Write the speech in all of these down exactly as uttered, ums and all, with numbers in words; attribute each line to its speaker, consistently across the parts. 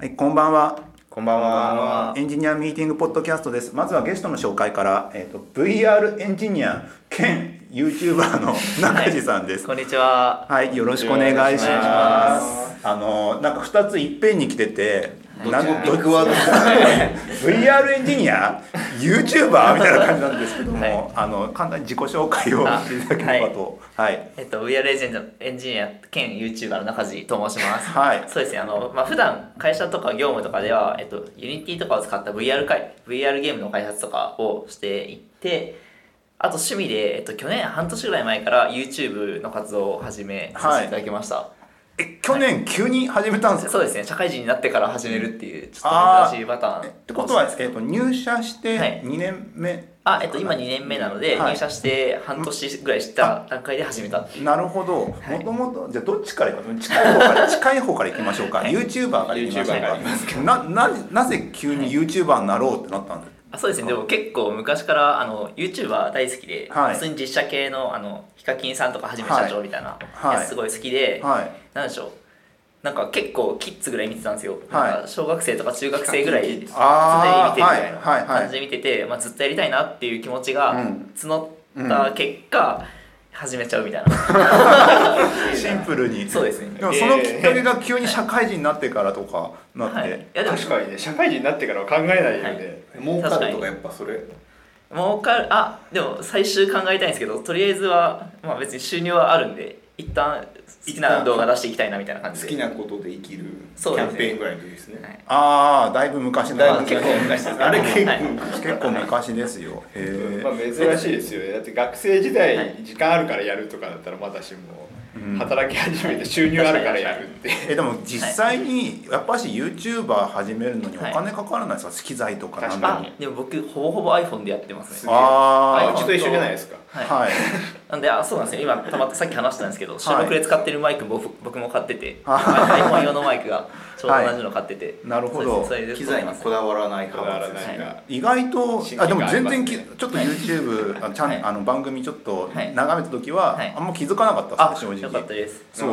Speaker 1: はい、こんばんは。
Speaker 2: こんばんは。
Speaker 1: エンジニアミーティングポッドキャストです。まずはゲストの紹介から、えーと、ブイアール エンジニア兼 YouTuber の中地さんです。
Speaker 3: はい、こんにちは。
Speaker 1: はい、よろしくお願いします。あのなんかふたついっぺんに来てて、なんビッグワードブイアール エンジニア YouTuber みたいな感じなんですけども、はい、あの簡単に自己紹介をしていただければと。はい。はい、
Speaker 3: えっと ブイアール エンジニア兼 YouTuber の中地と申します。
Speaker 1: はい。
Speaker 3: そうですね。あのまあ普段会社とか業務とかではえっと Unity とかを使った ブイアール 開 ブイアール ゲームの開発とかをしていて、あと趣味でえっと去年半年ぐらい前から YouTube の活動を始めさせていただきました。はい、
Speaker 1: え去年急に始めたんですか？
Speaker 3: そうですね。社会人になってから始めるっていうちょっと珍しいパターン。
Speaker 1: ってことは、えっと、入社してにねんめ、はい、
Speaker 3: あえっと、今にねんめなので、はい、入社して半年ぐらいした段階で始めたっていう。
Speaker 1: なるほど。もともとじゃあどっちからいくか近い方から近い方からいきましょうか。はい、YouTuber からいきましょうか。なななぜ急に YouTuber になろうってなったんですか？
Speaker 3: あそうですね。でも結構昔からあの YouTuber 大好きで、
Speaker 1: はい、
Speaker 3: 普通に実写系のあのヒカキンさんとかはじめ社長みたいなやつすごい好きで、
Speaker 1: はい、
Speaker 3: なんでしょう。なんか結構キッズぐらい見てたんですよ。
Speaker 1: はい、
Speaker 3: なんか小学生とか中学生ぐらい常に見てるみたいな感じで見てて、まあ、ずっとやりたいなっていう気持ちが募った結果、うん、始めちゃうみたいな
Speaker 1: シンプルに。
Speaker 3: そうですね。
Speaker 1: でもそのきっかけが急に社会人になってからとかなって、はい、い
Speaker 2: やでも確かにね、社会人になってからは考えないよね、はい、儲かるとかやっぱそれ
Speaker 3: 儲かる、あでも最終考えたいんですけど、とりあえずは、まあ、別に収入はあるんで一旦好きな動画出していきたいなみたいな感じで、
Speaker 2: 好きなことで生きるキャンペーンぐらいの時ですね。はい、
Speaker 1: ああだいぶ昔の話。
Speaker 3: 結構昔です。
Speaker 1: あれ結構、はい、結構昔ですよ。へえ。
Speaker 2: まあ珍しいですよね。だって学生時代時間あるからやるとかだったらまだしも、うん、働き始めて収入あるからやるって。
Speaker 1: えでも実際にやっぱし YouTuber 始めるのにお金かからないですか？機材とかなん
Speaker 3: だろう。でも僕ほぼほぼ iPhone でやってますね。
Speaker 2: ああうちと一緒じゃないですか。
Speaker 3: はい。はい、なんであそうなんですよ。今たまたさっき話したんですけど、収録で使ってるマイクも僕も買ってて、iPhone 用のマイクがちょうど同じの買ってて、はい、
Speaker 1: なるほど。
Speaker 2: 機材にこだわらないこだわらないが、
Speaker 1: 意外とあでも全然きちょっと YouTube あちゃん、はい、あの番組ちょっと眺めた時は、はい、あんま気づかなかったですね、正直。
Speaker 3: よかったです。
Speaker 1: そう。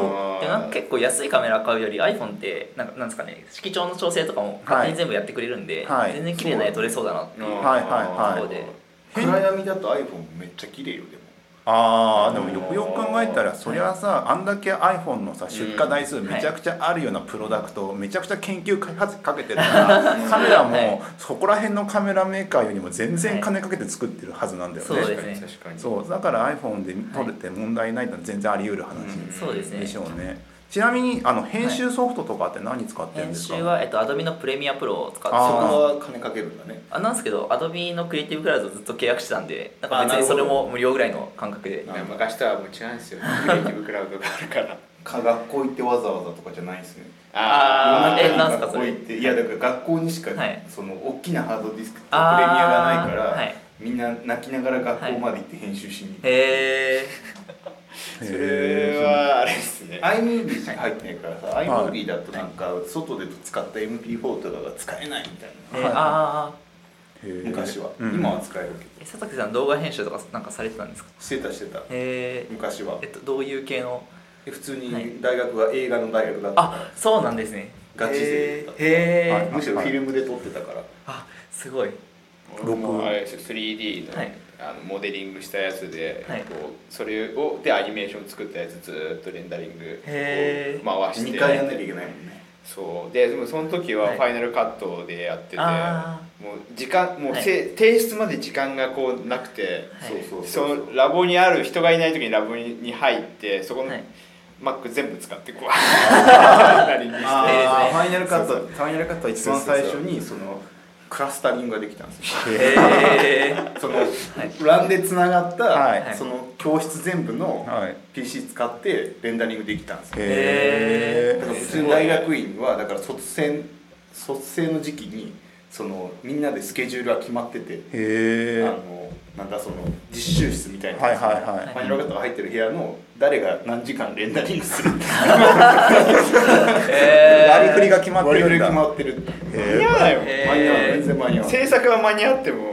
Speaker 3: でなんか結構安いカメラ買うより iPhone ってなんかなんですかね、色調の調整とかも勝手に全部やってくれるんで、はい、全然綺麗な絵撮れそうだなっていうところで。
Speaker 2: 暗闇だと iPhone めっちゃ綺麗よでも。
Speaker 1: あーでもよくよく考えたらそりゃさあんだけ iPhone のさ出荷台数めちゃくちゃあるようなプロダクトをめちゃくちゃ研究開発かけてるからカメラもそこら辺のカメラメーカーよりも全然金かけて作ってるはずなんだよね。
Speaker 3: そうですね。
Speaker 1: そうだから iPhone で撮れて問題ないのは全然あり得る話でしょうね。ちなみにあの編集ソフトとかって何使ってるんですか？
Speaker 3: 編集は、えっと、Adobe のプレミアプロを使って、
Speaker 2: そこは金かけるんだね。
Speaker 3: あなんですけど Adobe のクリエイティブクラウドずっと契約してたんで、なんか別にそれも無料ぐらいの感覚で。
Speaker 2: 昔とはもう違うんですよ、ね、クリエイティブクラウドがあるからか学校行ってわざわざとかじゃないですね。
Speaker 3: ああえなんすか
Speaker 2: それ。いやだから学校にしか、はい、その大きなハードディスクとプレミアがないから、はい、みんな泣きながら学校まで行って編集しに行って、はい、へえそれはあれですね。iMovie しか入ってないからさ、iMovie だとなんか外で使った エムピーフォー とかが使えないみたいな。
Speaker 3: ああ
Speaker 2: 昔は、今は使えるけど。
Speaker 3: 佐竹さん動画編集とかなんかされてたんですか？
Speaker 2: してたしてた。昔は。
Speaker 3: えっとどういう系の？
Speaker 2: 普通に大学は映画の大学だったから。
Speaker 3: あ、そうなんですね。
Speaker 2: ガチ勢だった。
Speaker 3: へえ。
Speaker 2: むしろフィルムで撮ってたから。
Speaker 3: あ、すごい。
Speaker 4: 僕もあれですよ スリーディー の、はい、あのモデリングしたやつで、はい、こうそれをでアニメーション作ったやつずっとレンダリングを回して
Speaker 2: にかいやんなきゃいけないもんね。
Speaker 4: そうで、でもその時はファイナルカットでやってて、はい、もう時間もう、はい、提出まで時間がこうなくて、はい、そうそうそうそのラボにある人がいない時にラボに入ってそこの、はい、マック全部使ってこう
Speaker 2: レンダリングして、あファイナルカットファイナルカットは一番最初にそのクラスタリングができたんですよ。へーその、はい、ランでつながった、はい、その教室全部の ピーシー 使ってレンダリングできたんですよ。
Speaker 1: へー
Speaker 2: だから普通に大学院はだから卒生卒生の時期にそのみんなでスケジュールは決まってて、
Speaker 1: へー
Speaker 2: あのなんかその実習室みたいな、
Speaker 1: はいはいはい、
Speaker 2: ファイナルカットが入ってる部屋の誰が何時間レンダリングするって
Speaker 1: 割り振りが決まってるんだ。
Speaker 2: 割り振り決まってる。
Speaker 4: 間に合わないよ。
Speaker 2: 間に合わない。全然間に合わない。
Speaker 4: 制作は間に合っても提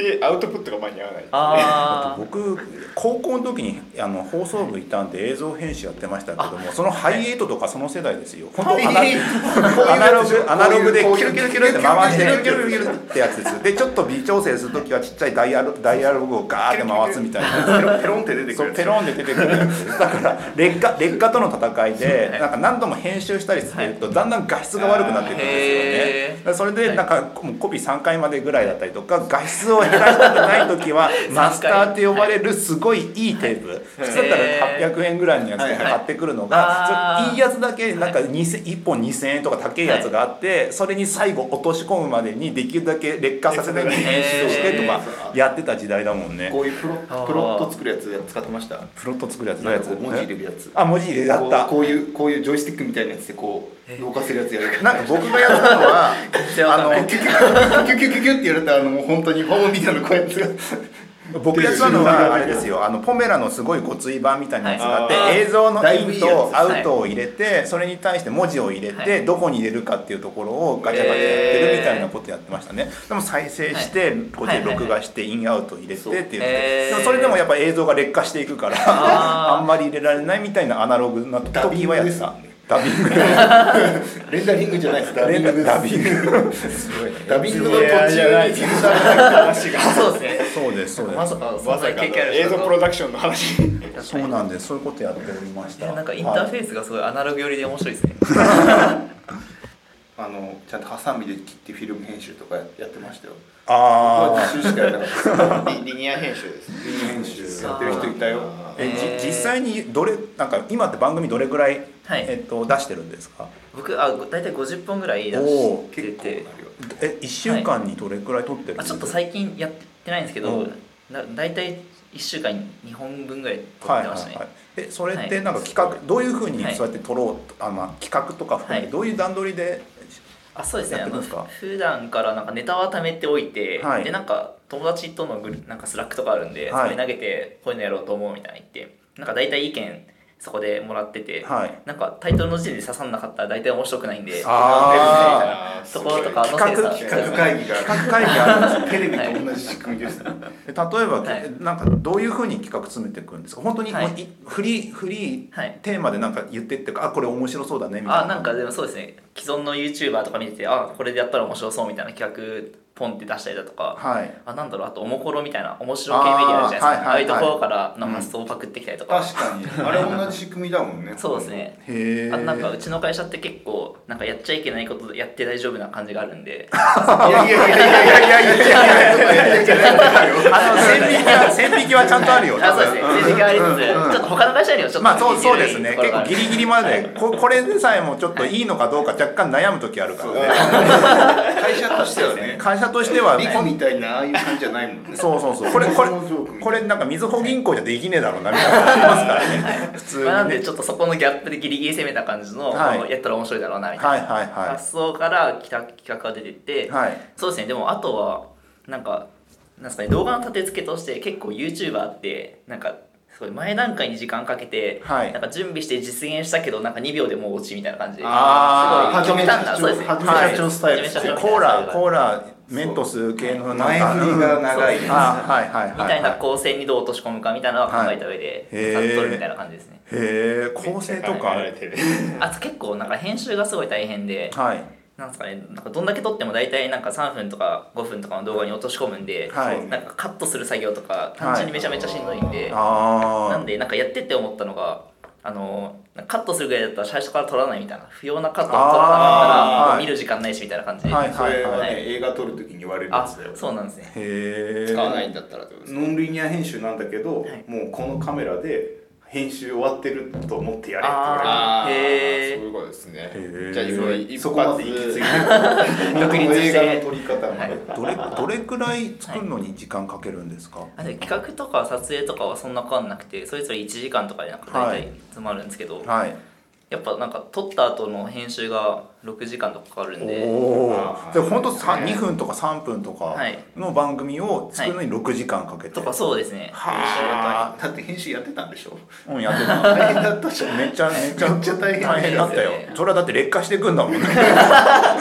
Speaker 4: でアウトプットが間に合わない。
Speaker 1: あ僕高校の時にあの放送部いたんで映像編集やってましたけども、そのハイエイトとかその世代ですよ。本当アナアナログアナログでキュルキュルキュルって回してキュルキュルキュルってやつです。でちょっと微調整する時はちっちゃいダイヤルダイヤログをガーって回すみたいな。
Speaker 2: ペロンって出てくる。
Speaker 1: ペロンで出てくるやつ。だから劣化劣化との戦いでなんか何度も編集したりするとだんだん画質が悪くなっていくんですよね。それでなんかもうコピーさんかいまでぐらいだったりとか、画質を減らしたくない時はマスターって呼ばれるすごいいいテープ、普通だったらはっぴゃくえんぐらいのやつで買ってくるのが、いいやつだけなんかいっぽんにせんえんとか高いやつがあって、それに最後落とし込むまでにできるだけ劣化させないように編集してとかやってた時代だもんね。
Speaker 2: こういうプロプロット作るやつ使ってました。
Speaker 1: プロット作るやつのやつ、
Speaker 2: 文字入れるやつ。
Speaker 1: あ、文字入れだった。
Speaker 2: こういうこういうジョイスティックみたいなやつでこう動かせるやつやる。
Speaker 1: なんか僕がやったのは
Speaker 2: あのキュキュキュキュキュキュってやるとあのもう本当にホームビデオのこうやつが。
Speaker 1: 僕やったのはあれですよ、あのポメラのすごいごつい版みたいなやつがあって、映像のインとアウトを入れて、それに対して文字を入れてどこに入れるかっていうところをガチャガチャやってるみたいなことやってましたね。でも再生してここで録画してインアウト入れてって言って、でもそれでもやっぱ映像が劣化していくからあんまり入れられないみたいなアナログな時はやってた。ダビング
Speaker 2: レンダリングじゃないです。ダビング
Speaker 1: ダビング
Speaker 2: すごいね。ダビングの途中に話が
Speaker 3: そうですね。
Speaker 1: そうですそうです。
Speaker 4: まさかまさか映像プロダクションの話。
Speaker 1: そうなんです。そういうことやっておりました。
Speaker 3: なんかインターフェースがすごいアナログ寄りで面白いですね。
Speaker 2: あのちゃんとハサミで切ってフィルム編集とかやってましたよ。
Speaker 1: ああ。
Speaker 2: 自習しかやらなかった。
Speaker 4: リニア編集です。
Speaker 2: リニア編集やってる人いたよ。
Speaker 1: えじ実際にどれなんか今って番組どれぐらい、はいえっと、出してるんですか？
Speaker 3: 僕あ大体ごじゅっぽんぐらい出してて、
Speaker 1: えいっしゅうかんにどれくらい撮ってるんですか？
Speaker 3: はい、あちょっと最近やってないんですけど、だ大体いっしゅうかんににほんぶんぐらい撮ってましたね。はいはいはい、えそれってなんか企画、はい、どういうふうにそうやって撮ろうと、あまあ、企画とか含めてどういう段取りであそうですね、あの普段からなんかネタは貯めておいて、はい、でなんか友達とのグルなんかスラックとかあるんで、はい、それ投げてこういうのやろうと思うみたいな言ってなんか大体意見そこでもらってて、はい、なんかタイトルの時点で刺さんなかったら大体面白くないんで、あーところとかの
Speaker 2: 企画企画会議が企画会議があるんですテレビと同じ仕組みです、ね、
Speaker 1: 例えば、はい、なんかどういうふうに企画詰めていくんですか？本当に、はい、フリーフリー、はい、テーマでなんか言ってってかあこれ面白そうだねみたいな。
Speaker 3: あなんかでもそうですね、既存の YouTuber とか見ててあこれでやったら面白そうみたいな企画ポンって出したりだとか、はい、あなんだろうあとおもころみたいな面白系メディアあるじゃないですか、ああ、はいはいはい、ああいうところからの発想をパクってきたりとか、
Speaker 2: うん、確かにあれ同じ仕組みだもんね
Speaker 3: そうですね。へあとなんかうちの会社って結構なんかやっちゃいけないことやって大丈夫な感じがあるんでいやいやいやいやいやいやいやいや
Speaker 1: あの線引きは線引きはちゃんとあるよ
Speaker 3: あそうですね、線引きはありつつ、うんうん、ちょっと他の会社にはちょっと
Speaker 1: まあそうそうですね、結構ギリギリまでここれでさえもちょっといいのかどうか若干悩む時あるからね
Speaker 2: 会社としてはね
Speaker 1: 会社としては
Speaker 2: リコみたいなああいう感じじゃないもんね
Speaker 1: そうそうそうこれこれこれなんかみずほ銀行じゃできねえだろうなみたいなのありますからね、はい、普通に、ねまあ、
Speaker 3: なんでちょっとそこのギャップでギリギリ攻めた感じの、はい、やったら面白いだろうなみたいな、はいはいはい、発想から企画が出てって、はい、そうですね。でもあとはなんかなんですかね、動画の立て付けとして結構 YouTuber ってなんかすごい前段階に時間かけて、はい、なんか準備して実現したけどなんかにびょうでもう落ちみたいな感じで、あすごい極端な、そうですね、
Speaker 2: はじめ社長スタイル、
Speaker 1: コーラコーラメントス系のなんか前振りが長いです、はいはいはい、
Speaker 3: みたいな構成にどう落とし込むかみたいなのを考えた上でさっとるみたいな感じですね。
Speaker 1: へえ構成とか
Speaker 3: あと結構なんか編集がすごい大変で、はいなんですかね、なんかどんだけ撮っても大体なんかさんぷんとかごふんとかの動画に落とし込むんで、はい、なんかカットする作業とか単純にめちゃめちゃしんどいんで、はい、なんでなんかやってて思ったのがあのカットするぐらいだったら最初から撮らないみたいな不要なカットを撮らなかったら見る時間ないしみたいな感じで、
Speaker 2: はいはいはいそれはね、はい、映画撮るときに言われるやつだよ。
Speaker 3: そうなんですね。
Speaker 4: へ使わないんだったらってことですか？
Speaker 2: ノンリニア編集なんだけど、はい、もうこのカメラで編集終わってると思ってやれって言わ
Speaker 4: れる。へーそういうことですね。じゃあ
Speaker 2: そこまで行き着いて
Speaker 3: 独立して
Speaker 2: 映画の撮り方まで、はい、
Speaker 1: どれどれくらい作るのに時間かけるんですか？
Speaker 3: はい、企画とか撮影とかはそんな変わんなくてそれぞれいちじかんとかでなんか大体詰まるんですけど、はい、やっぱなんか撮った後の編集がろくじかんとかかかるんで、
Speaker 1: おでほんとにふんとかさんぷんとかの番組を作るのにろくじかんかけて、はい、
Speaker 3: とかそうですね。
Speaker 2: はだって編集やってたんでしょ？
Speaker 1: うんやってた
Speaker 2: 大変だったじゃん。
Speaker 1: めっちゃめっちゃ
Speaker 2: めっちゃ大変
Speaker 1: 大変だったよ。それはだって劣化していくんだもんね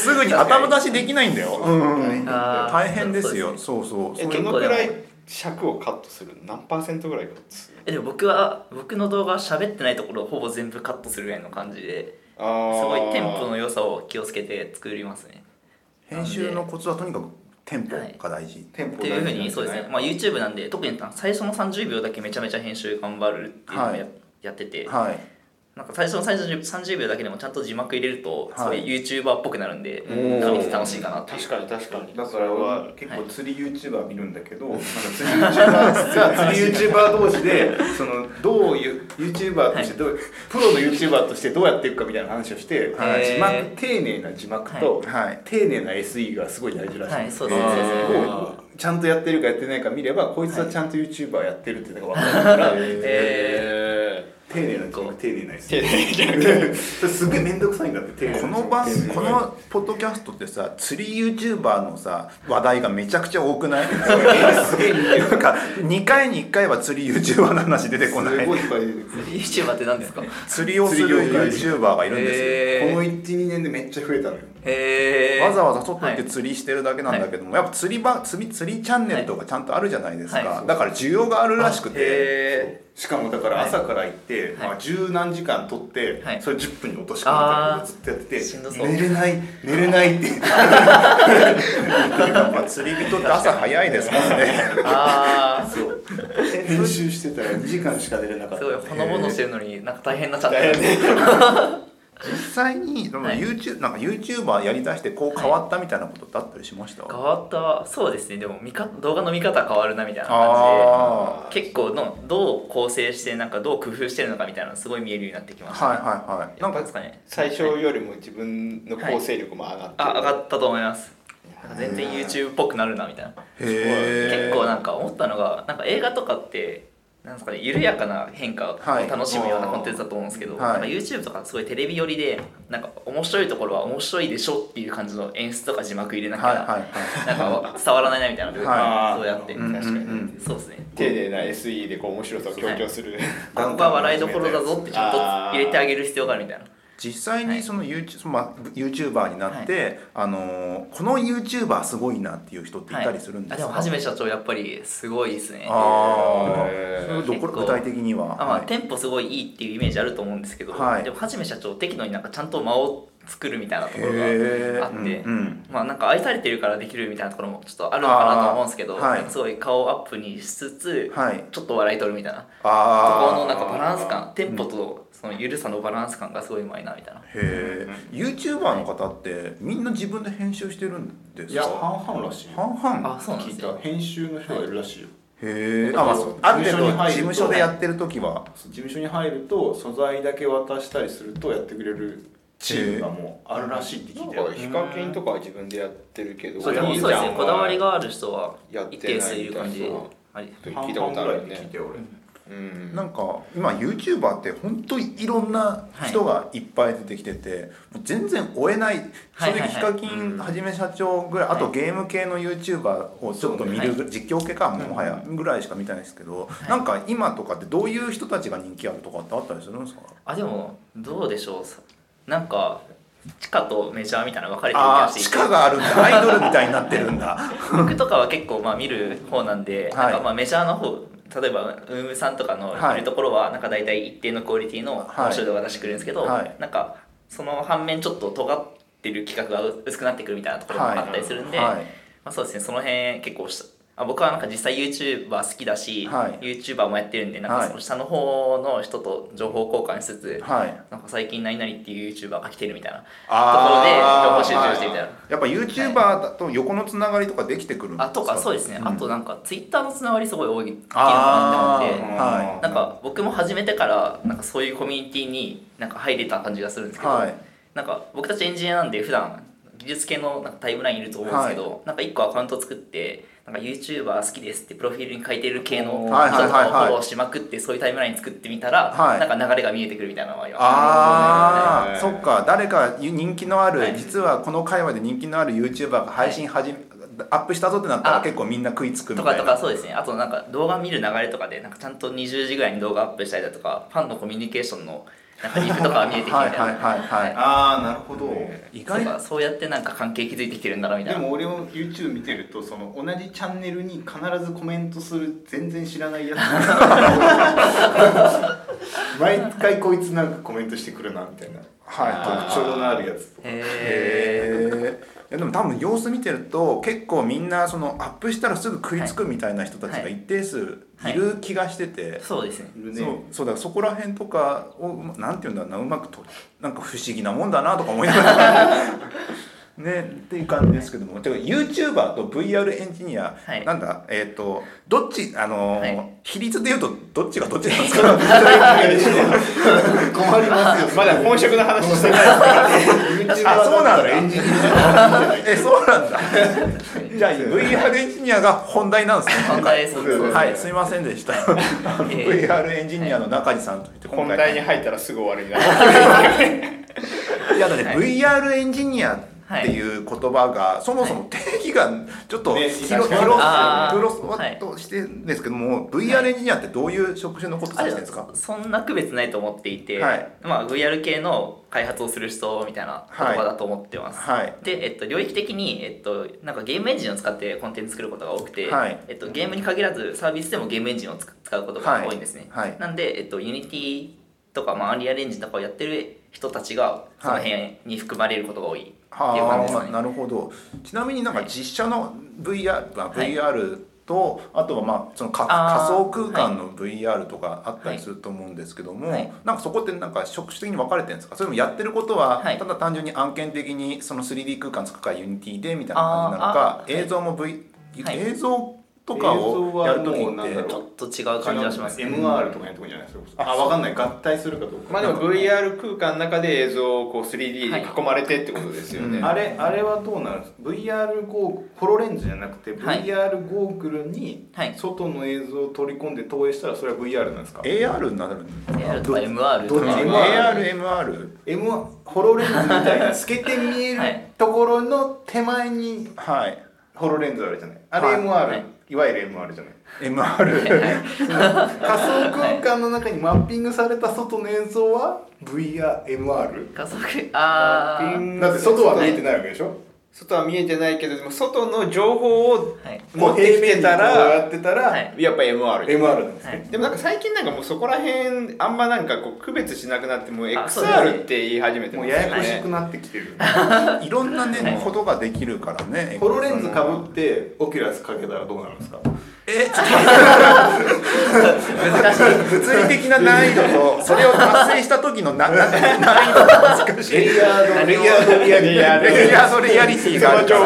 Speaker 1: すぐに頭出しできないんだよ、うんうん、大変ですよ。そうそうそう。
Speaker 4: えどのくらい尺をカットする？何パーセントぐらいカットする？
Speaker 3: えでも僕は僕の動画は喋ってないところをほぼ全部カットするぐらいの感じで、すごいテンポの良さを気をつけて作りますね。
Speaker 1: 編集のコツはとにかくテンポが大事、
Speaker 3: はい、テンポっていうふうにそうですね、まあ、YouTube なんで特に最初のさんじゅうびょうだけめちゃめちゃ編集頑張るっていうのを や,、はい、やってて、はい、なんか最初のさんじゅうびょうだけでもちゃんと字幕入れるとすごい YouTuber っぽくなるんで、はい、見て楽しいかなっていう。
Speaker 4: 確かに確かに。
Speaker 2: だからは結構釣り YouTuber 見るんだけど、はい、釣り YouTuber 釣り YouTuber 同士でそのどういう YouTuber としてどう、はい、プロの YouTuber としてどうやっていくかみたいな話をして、はい、字幕丁寧な字幕と、はい、丁寧な エスイー がすごい大事らしい、はい、そうですね。ちゃんとやってるかやってないか見ればこいつはちゃんと YouTuber やってるっていうのが分かるから、はい、えー丁寧な字幕、丁寧なやつ。丁寧じゃなくて、すげえ面倒くさいんだって。
Speaker 1: この番このポッドキャストってさ、釣り YouTuber のさ話題がめちゃくちゃ多くない？すげえなんかにかいにいっかいは釣り YouTuber の話出てこない。すごいいっぱい出てくる。
Speaker 3: 釣り YouTuber って何ですか？
Speaker 1: 釣りをする YouTuber がいるんですよ。
Speaker 2: このいち、にねんでめっちゃ増えたのよ。
Speaker 3: へ
Speaker 1: わざわざ外行って釣りしてるだけなんだけども、はい、やっぱ釣り場釣り釣りチャンネルとかちゃんとあるじゃないですか、はい、だから需要があるらしくて、
Speaker 2: しかもだから朝から行って、はい、まあ、十何時間撮って、はい、それじゅっぷんに落とし込むみたいなことをずっとやってて、寝れない寝れないって
Speaker 1: やっぱ釣り人って朝早いですもんね。
Speaker 3: あ
Speaker 2: そう編集してたらにじかんしか寝れなかった。
Speaker 3: すごいほのぼのしてるのになんか大変なチャンネル
Speaker 1: 実際にその YouTube、はい、なんか YouTuber やりだしてこう変わったみたいなことってあったりしました？
Speaker 3: 変わったそうですね。でも見か動画の見方変わるなみたいな感じで結構のどう構成してなんかどう工夫してるのかみたいなのすごい見えるようになってきました、ね。
Speaker 1: はいはいはい。
Speaker 4: なんかですかね。最初よりも自分の構成力も上がってる、はい、
Speaker 3: あ上がったと思います。全然 YouTube っぽくなるなみたいな。結構なんか思ったのがなんか映画とかってなんですかね、緩やかな変化を楽しむようなコンテンツだと思うんですけど、はい、なんか YouTube とかすごいテレビ寄りでなんか面白いところは面白いでしょっていう感じの演出とか字幕入れなきゃ、はいはいはい、なんか伝わらないなみたいなのがそうやって、確かに、うんうん、そうですね。
Speaker 4: 丁寧な エスイー でこう面白さを強調する、
Speaker 3: はい、ここは笑いどころだぞってちょっと入れてあげる必要があるみたいな。
Speaker 1: 実際にその YouTube、まあ、YouTuber になって、はい、あのこの YouTuber すごいなっていう人っていたりするんですか？
Speaker 3: はい、でもはじめ社長やっぱりすごいですね。
Speaker 1: あーどこ具体的には、
Speaker 3: あ、まあ、テンポすごいいいっていうイメージあると思うんですけど、はい、でもはじめ社長適度になんかちゃんと間を作るみたいなところがあって、うんうん、まあなんか愛されてるからできるみたいなところもちょっとあるのかなと思うんですけど、はい、すごい顔アップにしつつ、はい、ちょっと笑い取るみたいなところのなんかバランス感、テンポとその緩さのバランス感がすごいうまいなみたいな。へ
Speaker 1: え。YouTuber の方ってみんな自分で編集してるんですか？
Speaker 2: いや半々らしい。
Speaker 1: 半々。
Speaker 3: あ、そうなんですね。
Speaker 2: 編集の人がいるらしいよ。
Speaker 1: へえ。あ、まあ、ある程度事務所でやってる時は、
Speaker 2: 事務所に入ると素材だけ渡したりするとやってくれるチームがもうあるらしいって聞いてる。
Speaker 4: ヒカキンとかは自分でやってるけど、
Speaker 3: そうですね。こだわりがある人は一定数いる感じで、
Speaker 4: 聞いたことあるね。
Speaker 1: うん、なんか今 YouTuber って本当にいろんな人がいっぱい出てきてて、はい、全然追えない、正直ヒカキンはじめ社長ぐらい、あとゲーム系の YouTuber をちょっと見る、はい、実況系かもはやぐらいしか見たいんですけど、はい、なんか今とかってどういう人たちが人気あるとかってあったりするんですか？
Speaker 3: あ、でもどうでしょう、なんか地下とメジャーみたいなの分かれてる気がしていて、
Speaker 1: 地下があるんだ、アイドルみたいになってるんだ。
Speaker 3: 僕とかは結構まあ見る方なんで、はい、なんかまあメジャーの方、例えばウームさんとかのいるところはなんか大体一定のクオリティの面白い動画出してくれるんですけど、はい、なんかその反面ちょっと尖ってる企画が薄くなってくるみたいなところもあったりするんで、はいはい、まあ、そうですね、その辺結構あ僕はなんか実際 YouTuber 好きだし、はい、YouTuber もやってるんで、なんかその下の方の人と情報交換しつつ、はい、なんか最近何々っていう YouTuber が来てるみたいなところで情報集中してみたいな、はい、
Speaker 1: やっぱ YouTuber だと横のつながりとかできてくるんですか？
Speaker 3: あとかそうですね、うん、あとなんか Twitter のつながりすごい多いのかなって思って、はい、なんか僕も始めてからなんかそういうコミュニティになんか入れた感じがするんですけど、はい、なんか僕たちエンジニアなんで普段技術系のなんかタイムラインいると思うんですけど、はい、なんかいっこアカウント作ってなんか YouTuber 好きですってプロフィールに書いてる系の人とかをフォローしまくってそういうタイムライン作ってみたら、はい、なんか流れが見えてくるみたいなのがあります。
Speaker 1: ああ、そっか、誰か人気のある、はい、実はこの界隈で人気のある YouTuber が配信始め、はい、アップしたぞってなったら結構みんな食いつくみたいな
Speaker 3: とかとか、そうですね。あとなんか動画見る流れとかでなんかちゃんとにじゅうじぐらいに動画アップしたりだとか、ファンのコミュニケーションのなんかリフとか見えてきてみたいな。
Speaker 1: はいはいはいはい。
Speaker 2: ああなるほど。
Speaker 3: 意外とそうやってなんか関係築いてきてるんだろうみたいな。
Speaker 2: でも俺も YouTube 見てるとその同じチャンネルに必ずコメントする全然知らないやつ毎回こいつなんかコメントしてくるなみたいな、はい、特徴のあるやつとか。
Speaker 1: へえ。でも多分様子見てると結構みんなそのアップしたらすぐ食いつくみたいな人たちが一定数いる気がしてて、
Speaker 3: そうですね。
Speaker 1: そうそうだからそこら辺とかをなんていうんだろうな、うまくとなんか不思議なもんだなとか思いながらねっていう感じですけども、てか YouTuber と ブイアール エンジニア、はい、なんだえっ、ー、とどっちあのーはい、比率でいうとどっちがどっちなんですか。困
Speaker 2: りますよ。
Speaker 4: まだ本職の話してないですからね。
Speaker 1: あ、そうなんだ。エンジニアえ、そうなんだ。じゃあ ブイアール エンジニアが本題なんですね。
Speaker 3: 本題です。
Speaker 1: はい、すみませんでした。ブイアール エンジニアの中地さんといって
Speaker 4: 本題に入ったらすぐ終わるんだ。
Speaker 1: いやだね、はい、ブイアール エンジニアっていう言葉がそもそも定義がちょっと広広としてるんですけども、 ブイアール エンジニアってどういう職種のことを指してるんですか？
Speaker 3: そんな区別ないと思っていて、はい、まあ、ブイアール 系の開発をする人みたいな言葉だと思ってます、はい、で、えっと、領域的に、えっと、なんかゲームエンジンを使ってコンテンツ作ることが多くて、はい、えっと、ゲームに限らずサービスでもゲームエンジンを使うことが多いんですね、はいはい、なんで、えっと、Unity とか、まあ、アンリアルエンジンとかをやってる人たちがその辺に含まれることが多いっていう感じですかね。
Speaker 1: なるほど。ちなみになんか実写の ブイアール、はい、ブイアール とあとはまあその仮想空間の ブイアール とかあったりすると思うんですけども、はい、なんかそこってなんか職種的に分かれてるんですか？それともやってることはただ単純に案件的にその スリーディー 空間使うから Unity でみたいな感じなのか、映像も V、はい、映像とかをやるときって
Speaker 3: ちょっと違う感じがしますね。
Speaker 2: エムアール とかやるとこじゃないですか。あ、分かんない。合体するかどうか。
Speaker 4: まあでも ブイアール 空間の中で映像をこう スリーディー で囲まれてってことですよね、
Speaker 2: はい、うん、あれあれはどうなるんですか？ ブイアール ゴーグル、ホロレンズじゃなくて ブイアール ゴーグルに外の映像を取り込んで投影したらそれは ブイアール なんですか？
Speaker 1: エーアール になるんですか？
Speaker 3: エーアール とか エムアール
Speaker 1: とか エーアール、エムアール、
Speaker 2: M、ホロレンズみたいな透けて見えるところの手前にホロレンズあるじゃない、あれ エムアール、はい、いわゆる エムアール じゃない
Speaker 1: エムアール
Speaker 2: 仮想空間の中にマッピングされた外の映像は ブイアール、エムアール？
Speaker 3: 仮想空間、あ
Speaker 2: ー、だって外は見えてないわけでしょ？
Speaker 4: 外は見えてないけど、でも外の情報を持ってきてたら、はい、
Speaker 2: やってたら、はい、
Speaker 4: やっぱ エムアール。
Speaker 2: エムアール なんですね、
Speaker 3: はい。
Speaker 4: でもなんか最近なんかもうそこら辺あんまなんかこう区別しなくなってもう エックスアール って言い始めて
Speaker 2: ますよね。もうややこしくなってきてる。
Speaker 1: いろんなねことができるからね。
Speaker 2: ホロレンズかぶってオキュラスかけたらどうなるんですか？
Speaker 1: え難しい。物理的な難易度とそれを達成した時のな難易度が難しい。
Speaker 2: レイヤードレイヤードリアリティ
Speaker 1: レイヤードレイヤリティがあるから。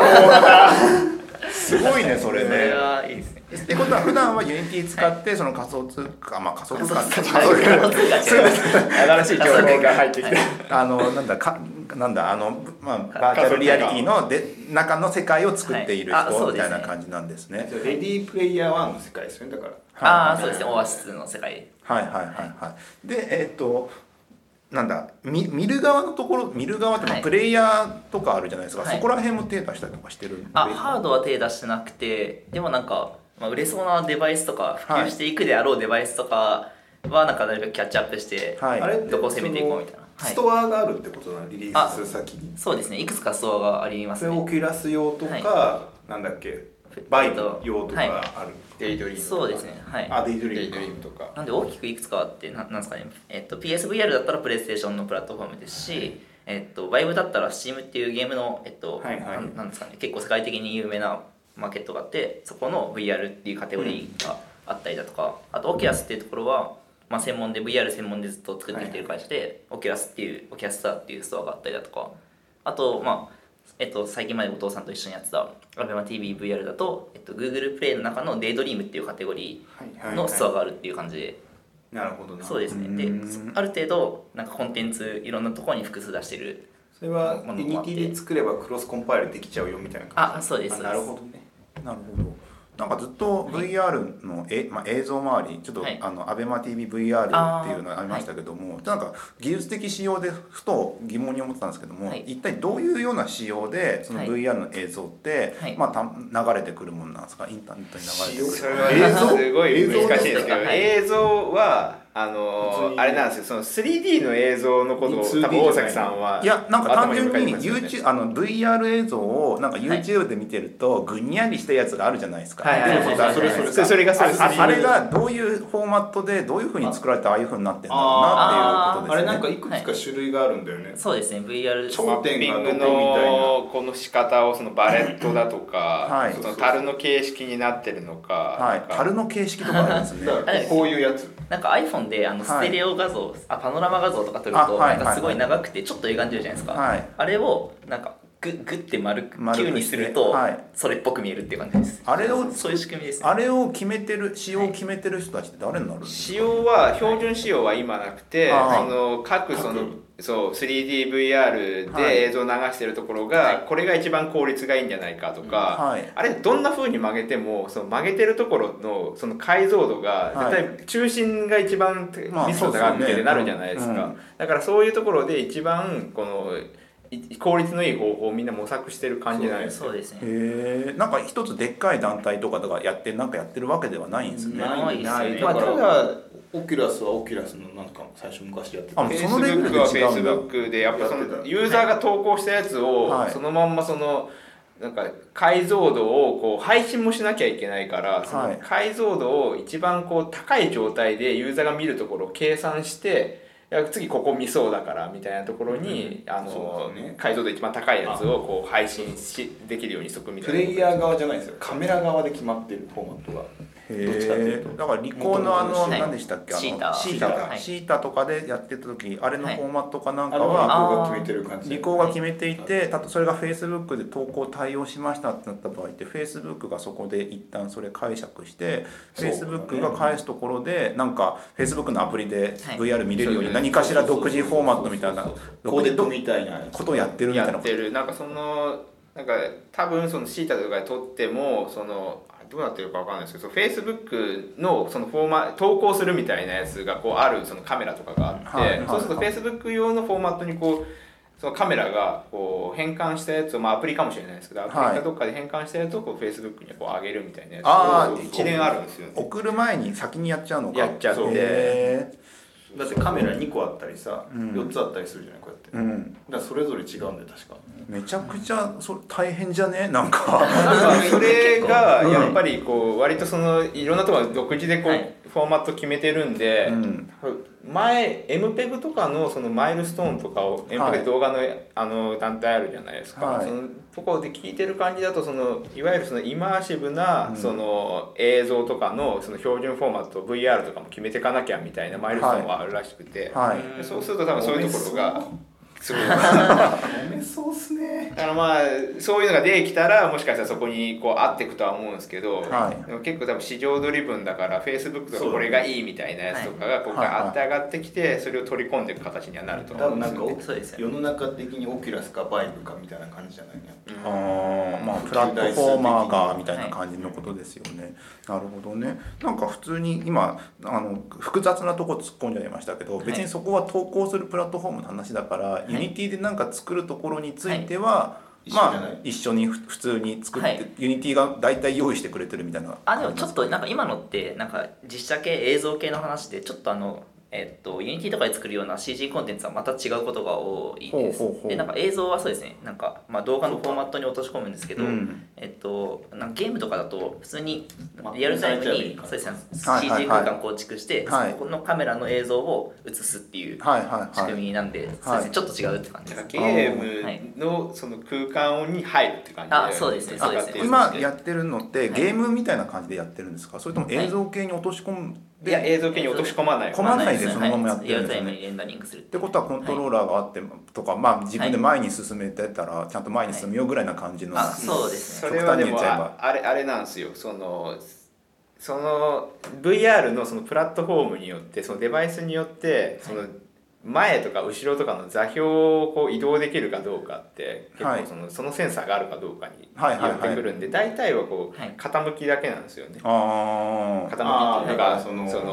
Speaker 1: すごいねそれね。
Speaker 3: それはいいですね。
Speaker 1: ってことは普段は Unity 使ってその仮想通貨、まあ仮想通貨って
Speaker 4: 新しい情報が入ってきて、
Speaker 1: あのなんだかなんだあのまあバーチャルリアリティので中の世界を作っている人みたいな感じなんですね。
Speaker 2: レディープレイヤーワンの世界ですねだから。
Speaker 3: ああそうですね。オアシスの世界。
Speaker 1: はいはいはいはい。でえっと。なんだ 見, 見る側のところ見る側ってプレイヤーとかあるじゃないですか、はい、そこら辺も手出したりとかしてるんで、
Speaker 3: あハードは手出してなくて、でもなんか、まあ、売れそうなデバイスとか普及していくであろうデバイスとかはなんかなるべくキャッチアップして、はい、どこを攻めていこうみたいな、
Speaker 2: はい、ストアがあるってことなのリリースする先に。
Speaker 3: そうですね、いくつかストアがありますね。
Speaker 2: それオキュラス用とか、はい、なんだっけバイト用とかある、はい、
Speaker 4: デイドリームとか。
Speaker 3: そうですね、はい、
Speaker 2: あデイドリーム、
Speaker 4: デイドリームとか。
Speaker 3: なんで大きくいくつかあってな、なんですかね、えっと、ピーエスブイアール だったらプレイステーションのプラットフォームですし、えっと、バイブだったら Steam っていうゲームの、えっとはいはい、な, なんですかね、結構世界的に有名なマーケットがあって、そこの ブイアール っていうカテゴリーがあったりだとか、あと Oculus っていうところは、まあ、専門で ブイアール 専門でずっと作ってきてる会社で、はい、Oculus っていう Oculus Star っていうストアがあったりだとか、あとまあえっと、最近まで後藤さんと一緒にやってた アベマティーブイ ブイアール だと、えっと、Google プレイの中のデイドリームっていうカテゴリーのストアがあるっていう感じで、
Speaker 2: なるほどな。
Speaker 3: そうですね。である程度なんかコンテンツいろんなところに複数出してる。
Speaker 2: それは Unity で作ればクロスコンパイルできちゃうよみたいな感じ。
Speaker 3: あ、そうです。
Speaker 2: なるほどね。
Speaker 1: なるほど。なんかずっと ブイアール の、え、まあ、映像周りちょっと、はい、あの アベマティーブイ ブイアール っていうのがありましたけども、はい、なんか技術的仕様でふと疑問に思ってたんですけども、はい、一体どういうような仕様でその ブイアール の映像って、はい、まあ、流れてくるものなんですか？インターネットに流れてくる。
Speaker 4: それはすごい難しいですけど、映像はあのー、あれなんですよ、その スリーディー の映像のことを多分大崎さんはい
Speaker 1: やなんか単純に YouTube あの ブイアール 映像をなんか YouTube で見てるとぐにゃりしたやつがあるじゃないですか。
Speaker 4: それそれそれがそうです。
Speaker 1: あれがどういうフォーマットでどういう風に作られてああいう風になってんだろうなっていうことですね。
Speaker 2: あれなんかいくつか種類があるんだよね。
Speaker 3: そうですね。 ブイアール
Speaker 4: 頂点がどこみたいなこの仕方をそのバレットだとか、はい、その樽の形式になってるのか、
Speaker 1: はい、樽の形式とかあるんですね。
Speaker 2: こういうやつ。
Speaker 3: なんか iPhone であのステレオ画像、はい、あパノラマ画像とか撮るとなんかすごい長くてちょっと歪んでるじゃないですか、はい、あれをなんかグッグッて丸く球にするとそれっぽく見えるっていう感じです。
Speaker 1: あれを
Speaker 3: そういう仕組みです、ね、
Speaker 1: あれを決めてる仕様を決めてる人たちって誰になるんですか？
Speaker 4: 仕様は標準仕様は今なくて、その各そのそう スリーディーブイアール で映像を流してるところが、はい、これが一番効率がいいんじゃないかとか、はい、あれどんな風に曲げてもその曲げてるところのその解像度が絶対中心が一番ミストが高くてなるじゃないですか。だからそういうところで一番この効率のいい方法をみんな模索してる感じじゃないですか。
Speaker 3: そうですね。
Speaker 1: へえ、なんか一つでっかい団体とかとかやってなんかやってるわけではないんですね。
Speaker 3: ないですね。
Speaker 2: まあ、ただオキュラスはオキュラスのなんか最初昔やってた。
Speaker 1: あ、そのレベルで違うんだ。
Speaker 4: フェイスブックでやっぱそのユーザーが投稿したやつをそのまんまそのなんか解像度をこう配信もしなきゃいけないから、その解像度を一番こう高い状態でユーザーが見るところを計算して。次ここ見そうだからみたいなところに、うん、あの、ね、解像度一番高いやつをこう配信しできるようにしとくみたいな。
Speaker 2: プレイヤー側じゃないですよ、カメラ側で決まってるフォーマットが。
Speaker 1: どっちかっていうとだからリコーのあの何でしたっけ、あの
Speaker 3: シータ
Speaker 1: シータかシータとかでやってた時あれのフォーマットかなんかはリコーが決めていて、たとそれが Facebook で投稿対応しましたってなった場合って Facebook がそこで一旦それ解釈して Facebook が返すところでなんか Facebook のアプリで ブイアール 見れるように何かしら独自フォーマットみたいな
Speaker 2: コーデットみたいな
Speaker 1: ことをやってるみたいなこと。
Speaker 4: やってる。なんかそのなんか多分そのシータとかで撮ってもそのどうなってるかわかんないですけど、Facebook のそのフォーマ投稿するみたいなやつがこうあるそのカメラとかがあって、はいはいはい、そうすると Facebook 用のフォーマットにこうそのカメラがこう変換したやつを、まあ、アプリかもしれないですけど、アプリかどっかで変換したやつをこう Facebook にこう上げるみたいなやつを一連あるんですよね。
Speaker 1: 送る前に先にやっちゃうのか。
Speaker 4: やっちゃって。
Speaker 2: だってカメラにこあったりさ、うん、よっつあったりするじゃないこうやって、うん、だからそれぞれ違うんで確か
Speaker 1: めちゃくちゃそれ大変じゃねなんか
Speaker 4: それがやっぱりこう割とそのいろんなところ独自でこう、はい、フォーマット決めてるんで、うん、前 エムペグ とかのそのマイルストーンとかを エムペグ 動画の、はい、あの団体あるじゃないですか、はい、そのところで聞いてる感じだとそのいわゆるそのイマーシブなその映像とかのその標準フォーマット ブイアール とかも決めていかなきゃみたいなマイルストーンはあるらしくて、はいはい、そうすると多分そういうところがすごい
Speaker 2: 褒めそうっすね。
Speaker 4: だからまあそういうのができたらもしかしたらそこにこう合っていくとは思うんですけど、はい、でも結構多分市場ドリブンだから Facebook とかこれがいいみたいなやつとかがこうガーって上がってきてそれを取り込んでいく形にはなると思うんですよね。
Speaker 2: 多分なんか世の中的にオキュラスかバイブかみたいな感じじゃないね。
Speaker 1: あまあプラットフォーマーがみたいな感じのことですよね。なるほどね。なんか普通に今あの複雑なとこ突っ込んじゃいましたけど、別にそこは投稿するプラットフォームの話だから、はい、ユニティでなんか作るところについては、はいまあ、一緒に普通に作って、はい、ユニティが大体用意してくれてるみたいな。
Speaker 3: あでもちょっとなんか今のってなんか実写系映像系の話でちょっとあのえっと、ユニティとかで作るような シージー コンテンツはまた違うことが多いです。ほうほうほうでなんか映像はそうですねなんか、まあ、動画のフォーマットに落とし込むんですけど、うん、えっと、なんかゲームとかだと普通にリアルタイムにそうですね シージー 空間構築して、はい、そこのカメラの映像を映すっていう仕組みなんで、はいはいはい、そうですね、ちょっと違うって感じです。
Speaker 4: ゲームのその空間に入るって感じで、
Speaker 3: あそうですねそうですね。
Speaker 1: 今やってるのってゲームみたいな感じでやってるんですか、それとも映像系に落とし込む、
Speaker 4: いや映像系に落とし込まない
Speaker 1: 込まないでそのままやってるんですよね。
Speaker 3: リアルタイムにレンダリングする
Speaker 1: ってことはコントローラーがあってとか、まあ自分で前に進めてたらちゃんと前に進むよぐらいな感じの、
Speaker 3: はい、あそうです
Speaker 4: ね。それはでもあれあれなんですよ。そのその ブイアール のそのプラットフォームによってそのデバイスによってその前とか後ろとかの座標をこう移動できるかどうかって結構その、はい、そのセンサーがあるかどうかによってくるんで、大体はこう傾きだけなんですよね。
Speaker 1: あ
Speaker 4: 傾きっていうのがそのその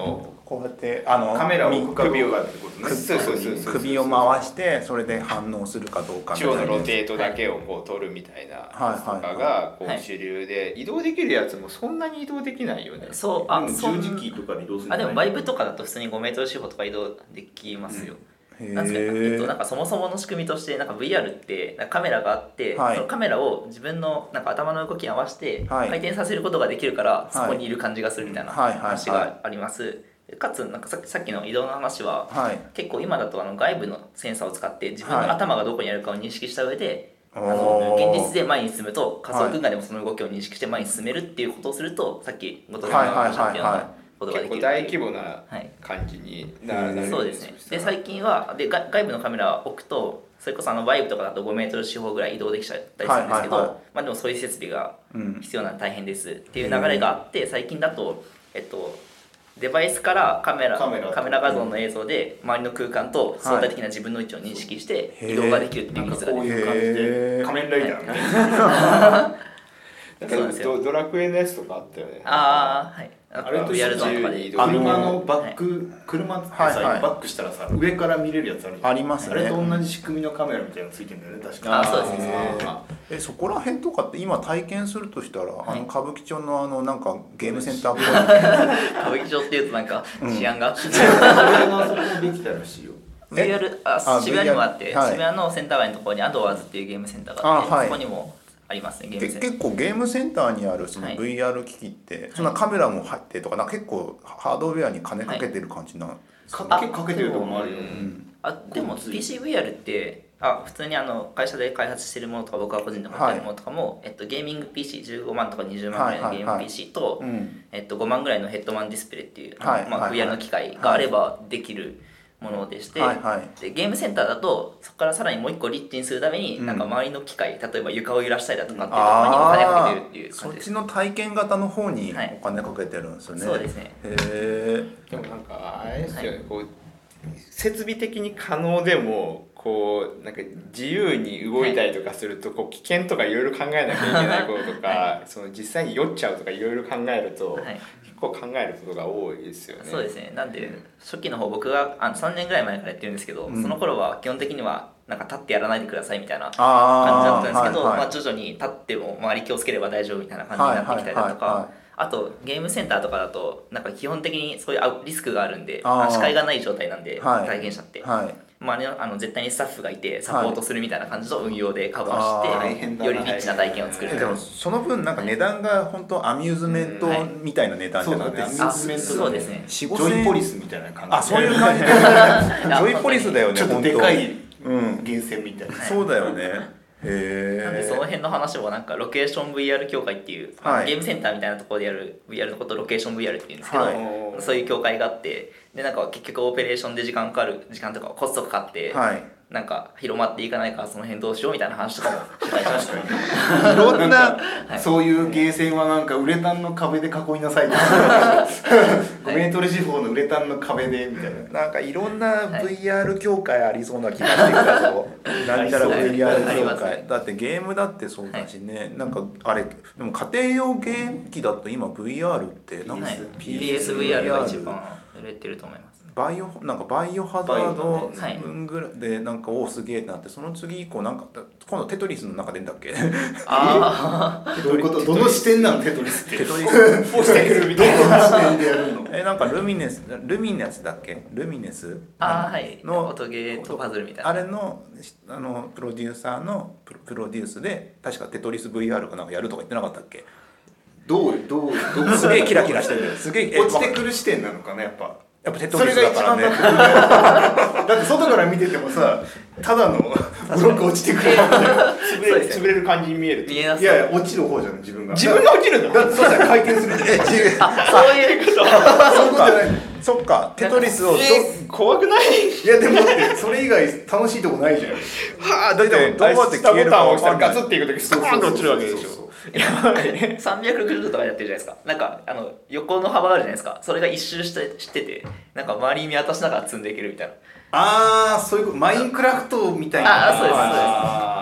Speaker 1: こうやってあの
Speaker 2: カメラを置くかどうかってことね。
Speaker 1: そうそうそうそう、首を回してそれで反応するかどうかみたいな、
Speaker 4: 中央のロテートだけをこう取るみたいなやつとかがこう主流で、移動できるやつもそんなに移動できないよね。
Speaker 3: そう、あ、
Speaker 2: 十字キーとかで移動する。
Speaker 3: あ、でもバイブとかだと普通にごメートル四方とか移動できますよ。うん、なんですか、えっと、なんかそもそもの仕組みとしてなんか ブイアール ってなんかカメラがあって、はい、そのカメラを自分のなんか頭の動きに合わせて回転させることができるから、はい、そこにいる感じがするみたいな話があります。かつなんかさっきの移動の話は、はい、結構今だとあの外部のセンサーを使って自分の頭がどこにあるかを認識した上で、はい、あの現実で前に進むと仮想空間でもその動きを認識して前に進めるっていうことをすると、さっきごとさんがおっしゃったようなことができる。
Speaker 4: 結構大規模な感じになる、
Speaker 3: はい、そうですね。で最近はで外部のカメラを置くとそれこそあのバイブとかだとごメートル四方ぐらい移動できちゃったりするんですけど、はいはいはい、まあでもそういう設備が必要なの大変ですっていう流れがあって、最近だとえっとデバイスからカメラカメラ、カメラ画像の映像で周りの空間と相対的な自分の位置を認識して移動ができるっていう技術ができる。
Speaker 2: こういう感じで仮面ライダーみたいな。
Speaker 4: そうですよ。ドラクエのやつとかあったよね。
Speaker 3: ああ、はい。
Speaker 2: あれと自由に車のバック、はい、車ってさ、はいはい、バックしたらさ上から見れるやつあるじゃん。
Speaker 1: ありますね。
Speaker 2: あれと同じ仕組みのカメラみたいなのついてるんだよね、確かに。
Speaker 3: あ、そうですね。
Speaker 1: え、そこら辺とかって今体験するとしたら、はい、あの歌舞伎町のあのなんかゲームセンターっぽい
Speaker 3: 歌舞伎町っていうとなんか治安が、うん、
Speaker 2: それがそこもできたらしいよ。
Speaker 3: ブイアール、あ、渋谷にもあって、はい、渋谷のセンター街のところにアドワーズっていうゲームセンターがあって、あ、はい、そこにもありますね、ゲームセンター。
Speaker 1: 結構ゲームセンターにあるその ブイアール 機器って、はい、そんなカメラも入ってとか、なんか結構ハードウェアに金かけてる感じな、はい、
Speaker 2: か, かけてるとこもあるよね。うん、
Speaker 3: あ、でも ピーシーブイアール ってあ普通にあの会社で開発してるものとか僕が個人で持ってるものとかも、はい、えっと、ゲーミング ピーシーじゅうごまんとかにじゅうまんぐらいのゲーム ピーシー と、はいはいはい、えっと、ごまんぐらいのヘッドマンディスプレイっていう、はいまあ、ブイアール の機械があればできるものでして、はいはい、でゲームセンターだとそこからさらにもう一個リッチにするために、うん、なんか周りの機械、例えば床を揺らしたりだとかっていうところにお金かけてるっていう感じです。
Speaker 1: そっちの体験型の方にお金かけてるんですよね。
Speaker 3: はい、そうですね。
Speaker 1: へえ。
Speaker 4: でもなんかあれですよね、はい、こう設備的に可能でもこうなんか自由に動いたりとかすると、こう危険とかいろいろ考えなきゃいけないこととか、はい、その実際に酔っちゃうとかいろいろ考えると、はい、結構考えることが多いですよね。
Speaker 3: そうですね。なんで初期の方僕があのさんねんぐらい前からやってるんですけど、うん、その頃は基本的にはなんか立ってやらないでくださいみたいな感じだったんですけど、はいはい、まあ、徐々に立っても周り気をつければ大丈夫みたいな感じになってきたりだとか、はいはいはいはい、あとゲームセンターとかだとなんか基本的にそういうリスクがあるんで、視界がない状態なんで体験者って、はいはい、まあ、あの絶対にスタッフがいてサポートするみたいな感じの運用でカバーして、はい、よりリッチな体験を作る。
Speaker 1: でもその分なんか値段が本当アミューズメントみたいな値段じゃなくて、
Speaker 3: そうですね、
Speaker 2: ジョイポリスみたいな感じ。
Speaker 1: あ、そういう感じでジョイポリスだよね。
Speaker 2: ちょっとでかい源泉みたいな、
Speaker 1: うん、そうだよね。へ
Speaker 3: なんでその辺の話もなんかロケーション ブイアール 協会っていう、はい、ゲームセンターみたいなところでやる ブイアール のことをロケーション ブイアール っていうんですけど、はい、そういう協会があって、でなんか結局オペレーションで時間かかる時間とかコストかかって、はい、なんか広まっていかないからその辺どうしようみたいな話とかもしたりしました。
Speaker 2: 確かにいろんな、はい、そういうゲーセンはなんかウレタンの壁で囲いなさいごメートル四方のウレタンの壁でみたいな、
Speaker 1: なんかいろんな ブイアール 協会ありそうな気がしてきたぞ、はい、なんちゃら ブイアール 協会だってゲームだってそうだしね、はい、なんかあれでも家庭用ゲーム機だと今 ブイアール ってなんか、はい、
Speaker 3: ピーエスブイアール が一番売れてると思います。
Speaker 1: バイオなんかバイオハザード分ぐらいでなんかおおすげえなって、その次以降なんか今度テトリスの中でんだっけ。
Speaker 2: ああ、どういうこと？どの視点なのテトリスって。
Speaker 1: テトリス
Speaker 2: 落ちてくるみたいな視点でやるの。
Speaker 1: えなんかルミネスルミネスだっけ？ルミネス？
Speaker 3: ああはいの音ゲーとパズルみたいな。
Speaker 1: あれのあのプロデューサーのプロデュースで確かテトリス ブイアール かなんかやるとか言ってなかったっけ？
Speaker 2: どうどうどう
Speaker 1: すげえキラキラしてる。すげえ
Speaker 2: 落ちてくる視点なのかなやっぱ。
Speaker 1: やっぱテトリスだからね。
Speaker 2: それが一番だってだって外から見ててもさ、ただのブロック落ちてくる
Speaker 4: 潰れる、潰れる感じに見える。
Speaker 2: 見えなそう。いやいや落ちる方じゃん自分が。
Speaker 4: 自分が落ちるんだ。
Speaker 2: だってそうしたら回転する。え、
Speaker 3: あ、そういうこと。
Speaker 2: そういうことじゃない。
Speaker 1: そっか、テトリスをど、
Speaker 4: えー、怖くない？
Speaker 2: いやでもってそれ以外楽しいとこないじゃん。
Speaker 1: はあ、だってどうやって消えるか分かんない。
Speaker 4: ガツっていくときスカーンと落ちるわけでしょ。
Speaker 3: さんびゃくろくじゅうどとかやってるじゃないですか。なんかあの横の幅があるじゃないですか。それが一周してしてて、なんか周り見渡しながら積んでいけるみたいな。
Speaker 2: ああ、そういうこと。マインクラフトみたいな。
Speaker 3: ああ、そうですそうです。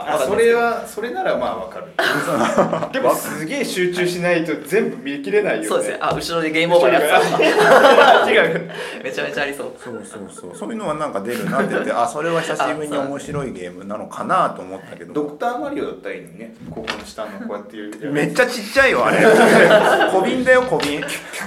Speaker 2: あそれはそれならまあわかる
Speaker 4: でもすげえ集中しないと全部見切れないよね。
Speaker 3: そうですね。あ、後ろでゲームオーバーやつ違うめちゃめちゃありそう。
Speaker 1: そうそうそうそういうのはなんか出るなって言ってあそれは久しぶりに面白いゲームなのかなと思ったけど、
Speaker 2: ドクターマリオだったらいいのにね。ここの下のこうやって言う
Speaker 1: めっちゃちっちゃいよあれ小瓶だよ小瓶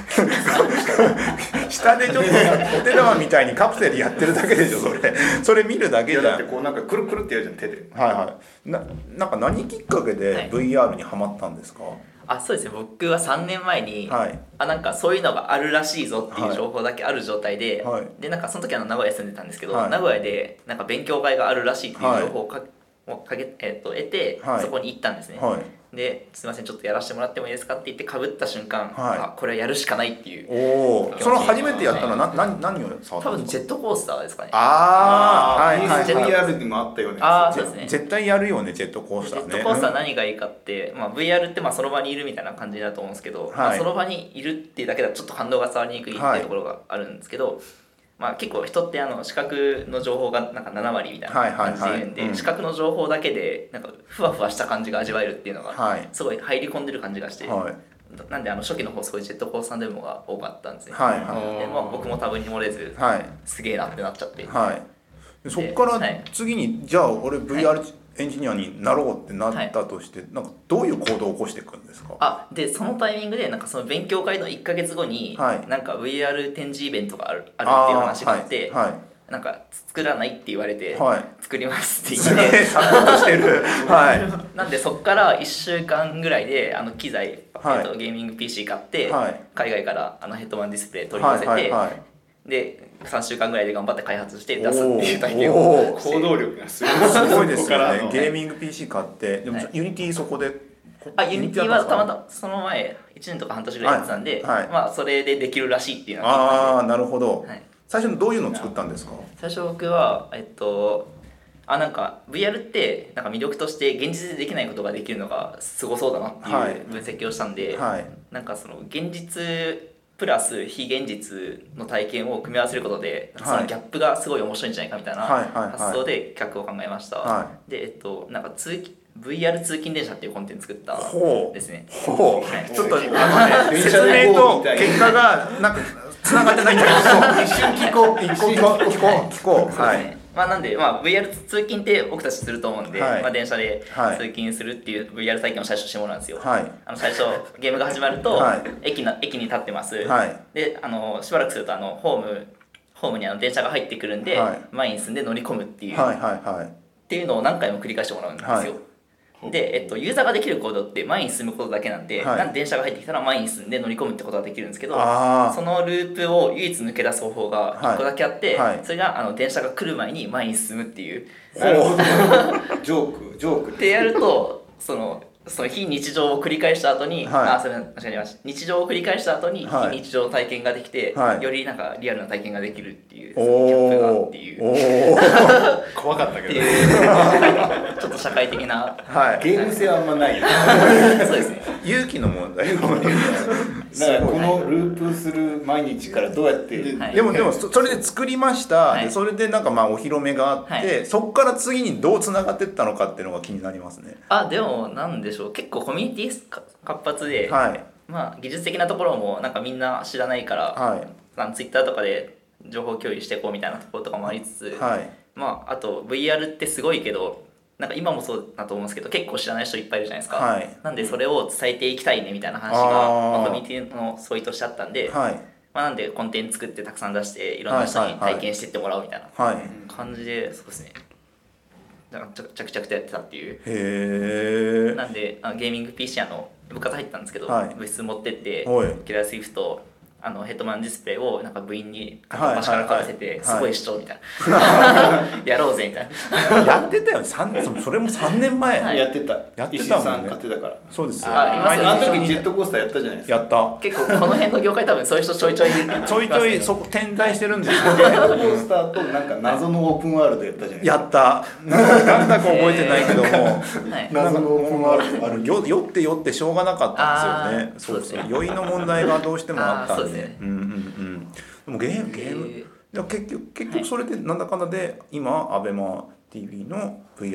Speaker 1: 下でちょっとお手玉みたいにカプセルやってるだけでしょそれそれ見るだけじゃん。いや
Speaker 2: だってこうなんかくるくるってやるじゃん手で。
Speaker 1: はいはいななんか何きっかけで ブイアール にハマったんですか？はい、
Speaker 3: あそうですね。僕はさんねんまえに、
Speaker 1: はい、
Speaker 3: あなんかそういうのがあるらしいぞっていう情報だけある状態で、
Speaker 1: はい、
Speaker 3: でなんかその時は名古屋住んでたんですけど、
Speaker 1: はい、
Speaker 3: 名古屋でなんか勉強会があるらしいっていう情報をか、はいをかけえー、と得て、はい、そこに行ったんですね、はい、ですいませんちょっとやらせてもらってもいいですかって言ってかぶった瞬間、はい、あこれはやるしかないっていう。
Speaker 1: おおその初めてやったのは、はい、な何を触ったんですか？
Speaker 3: 多分ジェットコースターですかね。
Speaker 1: ああはいはいはい
Speaker 2: ブイアール にもあったよね。
Speaker 3: ああそうですね。
Speaker 1: 絶対やるよねジェットコースターね。
Speaker 3: ジェットコースター何がいいかって、まあ、ブイアール ってまあその場にいるみたいな感じだと思うんですけど、はいまあ、その場にいるっていうだけだとちょっと反応が伝わりにくいっていうところがあるんですけど、はいまあ、結構人ってあの視覚の情報がなんかななわりみたいな感じで言うんで、はいはいはいうん、視覚の情報だけでなんかふわふわした感じが味わえるっていうのがすごい入り込んでる感じがして、はい、なんであの初期の方すごいジェットコースターデモが多かったんですね、はいはいでまあ、僕も多分に漏れず、はい、すげえなってなっちゃって、はい、
Speaker 1: そっから次に、はい、じゃあ俺 ブイアール、はいエンジニアになろうってなったとして、はい、なんかどういう行動を起こしていくんですか？
Speaker 3: あでそのタイミングでなんかその勉強会のいっかげつごに、はい、なんか ブイアール 展示イベントがあるあるっていう話があって、はいはい、なんか作らないって言われて、はい、作りますって言って
Speaker 1: サポートしてる、はい、
Speaker 3: なんでそっからいっしゅうかんぐらいであの機材、はいえー、とゲーミング ピーシー 買って、はい、海外からあのヘッドマンディスプレイ取り寄せて、はいはいはいでさんしゅうかんぐらいで頑張って開発して出すっていう体験を
Speaker 2: 行動力がすごい
Speaker 1: すごいですよねゲーミング ピーシー 買ってでも、はい、ユニティそこで
Speaker 3: あユニティはたまたまその前いちねんとか半年ぐらいやってたんで、はいはい、まあそれでできるらしいっていうの
Speaker 1: はああなるほど、はい、最初のどういうのを作ったんですか？
Speaker 3: 最初僕はえっとあなんか ブイアール ってなんか魅力として現実でできないことができるのがすごそうだなっていう分析をしたんで、はい、なんかその現実プラス非現実の体験を組み合わせることで、はい、そのギャップがすごい面白いんじゃないかみたいな発想で企画を考えました、はい、でえっとなんか通 ブイアール 通勤電車っていうコンテンツ作ったですね。
Speaker 1: ほう、はい、ちょっとあのね説明と結果がなんか繋がってないんだけど一瞬聞こう一瞬聞こう聞こう聞こうはい
Speaker 3: まあ、なんで、まあ、ブイアール 通勤って僕たちすると思うんで、はいまあ、電車で通勤するっていう ブイアール 体験を最初してもらうんですよ、はい、あの最初ゲームが始まると、はい、駅, の駅に立ってます、はい、であのしばらくするとあのホームホームにあの電車が入ってくるんで、はい、前に進んで乗り込むっていう、はいはいはい、っていうのを何回も繰り返してもらうんですよ、はいで、えっと、ユーザーができる行動って前に進むことだけなんで、はい、なんで電車が入ってきたら前に進んで乗り込むってことができるんですけどそのループを唯一抜け出す方法がいっこだけあって、はいはい、それがあの電車が来る前に前に進むっていう
Speaker 2: なるほどジョークジョーク
Speaker 3: ってやるとそのその非日常を繰り返した後に、はい、あそれ間違えました日常を繰り返した後に非日常の体験ができて、はい、よりなんかリアルな体験ができるっていう、はい、ギャップがっていう
Speaker 4: 怖かったけど
Speaker 3: ちょっと社会的な、
Speaker 2: はい、ゲーム性はあんまないよ
Speaker 3: そうですね
Speaker 1: 勇気の問題
Speaker 2: だからこのループする毎日からどうやって、
Speaker 1: はい、でもでもそれで作りました、はい、でそれでなんかまあお披露目があって、はい、そこから次にどうつながっていったのかっていうのが気になりますね。
Speaker 3: あでもなんでしょう結構コミュニティ活発で、はいまあ、技術的なところもなんかみんな知らないから、はい、ツイッターとかで情報共有していこうみたいなところとかもありつつ、はいまあ、あと ブイアール ってすごいけどなんか今もそうだと思うんですけど結構知らない人いっぱいいるじゃないですか、はい、なんでそれを伝えていきたいねみたいな話がまあ、コミュニティの相違としてあったんで、はいまあ、なんでコンテンツ作ってたくさん出していろんな人に体験していってもらうみたいな感じでそうですねだから着々とやってたっていうへーなんであのゲーミング ピーシー の部活入ったんですけど、はい、部室持ってってキラースイフトあのヘッドマンディスプレイをなんか部員に片っ端から買わせてすごい主張みたいな、はい、やろうぜみたい
Speaker 1: なやってたよさんそれもさんねんまえ、
Speaker 2: はい、やってた
Speaker 1: やってたもんね
Speaker 2: 買ってたから
Speaker 1: そうですよ
Speaker 2: ああの時ジェットコースターやったじゃないですか
Speaker 1: やった
Speaker 3: 結構この辺の業界多分そういう人ちょいちょい
Speaker 1: ちょいちょいそこ展開してるんですよ
Speaker 2: ジェットコースターとなんか謎のオープンワールドやったじゃないですか
Speaker 1: やったなんだか覚えてないけども、
Speaker 2: はい、謎のオープンワールドある
Speaker 1: よ酔って酔ってしょうがなかったんですよねそうそう酔いの問題がどうしてもあったんでうんうんうん、でもゲームゲームでも結局結局それでなんだかんだで今アベマ ティーブイ の ブイアール って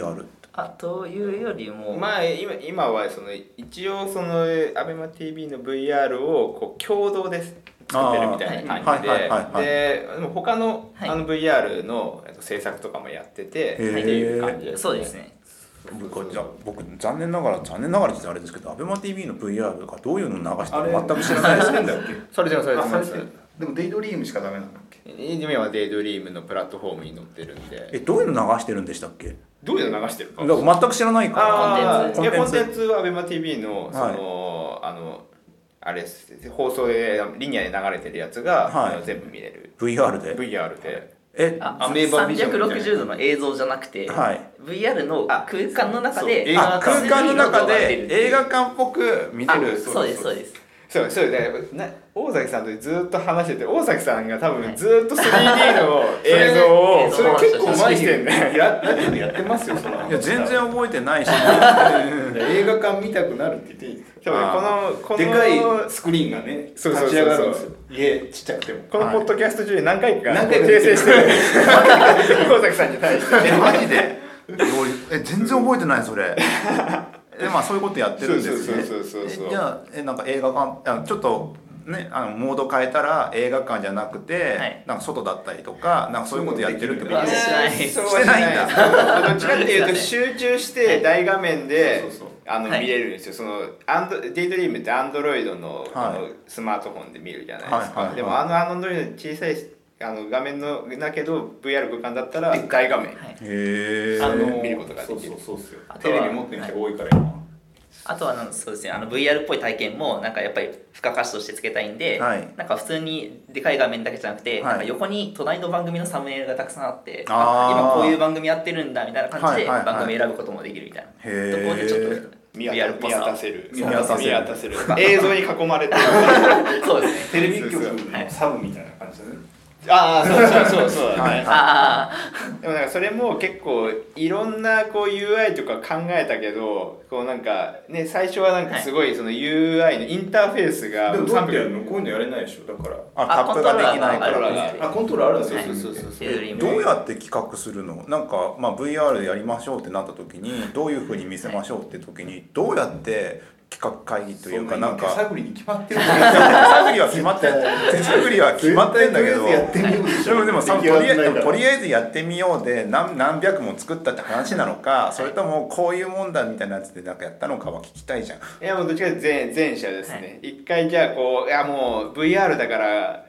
Speaker 3: あというよりも
Speaker 4: まあ今今はその一応その アベマティービー の ブイアール をこう共同で作ってるみたいな感じで、ででも他のあの ブイアール の制作とかもやっててっていう感じですね。
Speaker 3: そうですね。
Speaker 1: 僕じゃ僕残念ながら残念ながらってあれですけど アベマティービー の ブイアール がどういうのを流してるか全く知らないですね。
Speaker 4: それでもそれでも
Speaker 2: でもデイドリームしかダメなんだっけ？
Speaker 4: 今はデイドリームのプラットフォームに載ってるんで。
Speaker 1: えどういうの流してるんでしたっけ？
Speaker 4: どういうの流してるか。
Speaker 1: だから全く知らないから。
Speaker 3: コンテンツ。
Speaker 4: いやコンテンツは アベマティービー のその、はい、あのあれです放送でリニアで流れてるやつが、はい、全部見れる。
Speaker 1: ブイアール で。
Speaker 4: ブイアール で。
Speaker 1: え
Speaker 3: アメーバビジョンさんびゃくろくじゅうどの映像じゃなくて、はい、ブイアール の空間の中で
Speaker 1: あ空間の中で映画館っぽく見れる。
Speaker 3: そうですそうです。
Speaker 4: そうそうだな大崎さんとずっと話してて大崎さんが多分ずっと スリーディー の映像をそれ結構前してんね
Speaker 2: ややってますよその
Speaker 1: いや全然覚えてないし
Speaker 2: 映画館見たくなるって言っていいですか？
Speaker 4: このこの
Speaker 2: でかいスクリーンがね立ち上がるんですよ。家ちっちゃくても
Speaker 4: このポッドキャスト中で何回か訂正してる大崎さんに対して
Speaker 1: えマジでえ全然覚えてないそれでまあそういうことやってるんですね。じゃあえなんか映画館ちょっとねあのモード変えたら映画館じゃなくて、はい、なんか外だったりとかなんかそういうことやってるってことです。してないんだ。
Speaker 4: どっちかっていうと集中して大画面であの見れるんですよ。そのアンドデイドリームってアンドロイドのスマートフォンで見るじゃないですか。でもあのアンドロイドの小さいあの画面のだけど ブイアール 空間だったら大画面、はい、
Speaker 1: へ
Speaker 4: あの見ることができる。
Speaker 2: そうそうそうですよ。テレビ持ってる人が多いから今。
Speaker 3: あとはなんそうですね、あの ブイアール っぽい体験もなんかやっぱり付加価値としてつけたいんで、はい、なんか普通にでかい画面だけじゃなくて、はい、なんか横に隣の番組のサムネイルがたくさんあってあ今こういう番組やってるんだみたいな感じで番組選ぶこともできるみたいな、はいはいはい、ところでちょっと
Speaker 4: 見渡せる見渡せる映像に囲まれてる
Speaker 3: そうですね、
Speaker 2: テレビ局のサブみたいな感じですね。
Speaker 4: ああそうそうそうそうはい、あでもなんかそれも結構いろんなこう ユーアイ とか考えたけどこうなんかね最初はなんかすごいその ユーアイ のインターフェースが
Speaker 2: でもどうやってやるの？こういうのやれないでしょ。だから
Speaker 1: あタップができないから
Speaker 2: あコントローラーあるんですよ。
Speaker 3: そうそうそう
Speaker 1: どうやって企画するの？なんか、まあ、ブイアール でやりましょうってなった時にどういうふうに見せましょうって時にどうやって企画会議というかなんか
Speaker 2: 手探りに決まってる。手
Speaker 1: 探りは決まって手探りは決まってるんだけどでもでもそのとりあえずとりあえずやってみようで何何百も作ったって話なのかそれともこういうもんだみたいなやつでなんかやったのかは聞きたいじゃん。い
Speaker 4: やもうどっちかというと前前者ですね。一回じゃあこういやもう ブイアール だから、はい、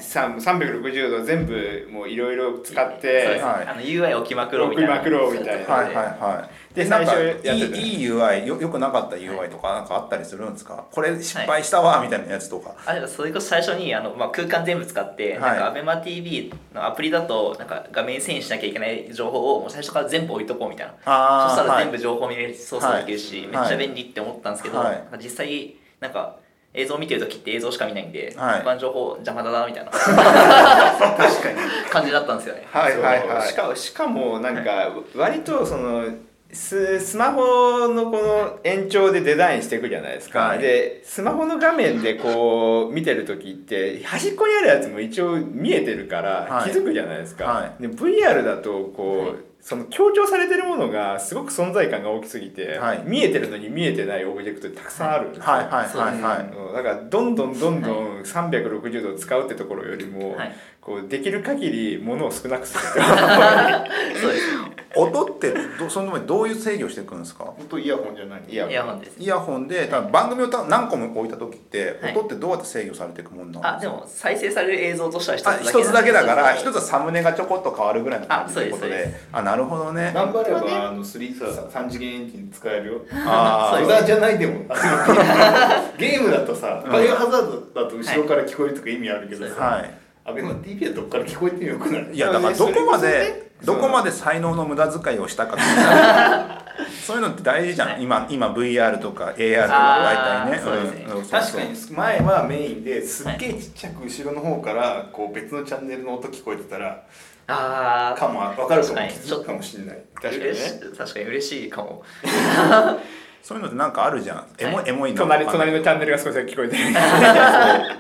Speaker 4: さんびゃくろくじゅうど全部もういろいろ使って、
Speaker 3: はい、あの ユーアイ 置きまくろうみたいな。
Speaker 4: 置きまくろうみたいな。
Speaker 1: はいはいはい。で最初やってたいい、いい ユーアイ よ, よくなかった ユーアイ とかなんかあったりするんですか？これ失敗したわみたいなやつとか。
Speaker 3: あれそれこそ最初にあの、まあ、空間全部使って、はい、なんか アベマティービー のアプリだとなんか画面遷移しなきゃいけない情報をもう最初から全部置いとこうみたいな。あそしたら全部情報見れるし操作できるし、はい、めっちゃ便利って思ったんですけど、はい、実際なんか映像を見てる時って映像しか見ないんで、はい、他の情報邪魔だなみたいな確かに感じだったんですよね。
Speaker 4: はいはいはい。しかしかもなんか割とそのス, スマホのこの延長でデザインしていくじゃないですか、はい、でスマホの画面でこう見てる時って端っこにあるやつも一応見えてるから気づくじゃないですか、はいはい、で ブイアール だとこう、はい、その強調されてるものがすごく存在感が大きすぎて、はい、見えてるのに見えてないオブジェクトってたくさんあるんですよ。はいはいはいはい。だからどんどんどんどんさんびゃくろくじゅうどを使うってところよりも、はい、こうできる限りものを少なくする
Speaker 3: そうです
Speaker 1: 音ってどその前どういう制御していくんですか？
Speaker 2: 音イヤホンじゃない。
Speaker 3: イヤホンです。
Speaker 1: イヤホンで多分番組を何個も置いた時って、はい、音ってどうやって制御されていくもんなんですか？
Speaker 3: あでも再生される映像としては一つだけ。
Speaker 1: 一つだけだから一つはサムネがちょこっと変わるぐらいの感じということで、あなるほどね。
Speaker 2: 頑張ればあのスリーさん次元エンジン使えるよ。ああ無駄じゃないでも。ゲームだとさ、バイオハザードだと後ろから聞こえるとか意味あるけどさ。はい。アベマ ティービー はどっから聞こえてよくない？
Speaker 1: いやだからどこまでどこまで才能の無駄遣いをしたかとそういうのって大事じゃん、はい、今, 今 ブイアール とか エーアール とか大体ね、
Speaker 2: うん、確かに前はメインですっげえちっちゃく後ろの方からこう別のチャンネルの音聞こえてたらあかも分かるかもちょっとかもしれない。
Speaker 3: 確かにね確かに嬉しいかも
Speaker 1: そういうのってなんかあるじゃん、エモいエモいの
Speaker 4: 隣隣のチャンネルが少しだけ聞こえてる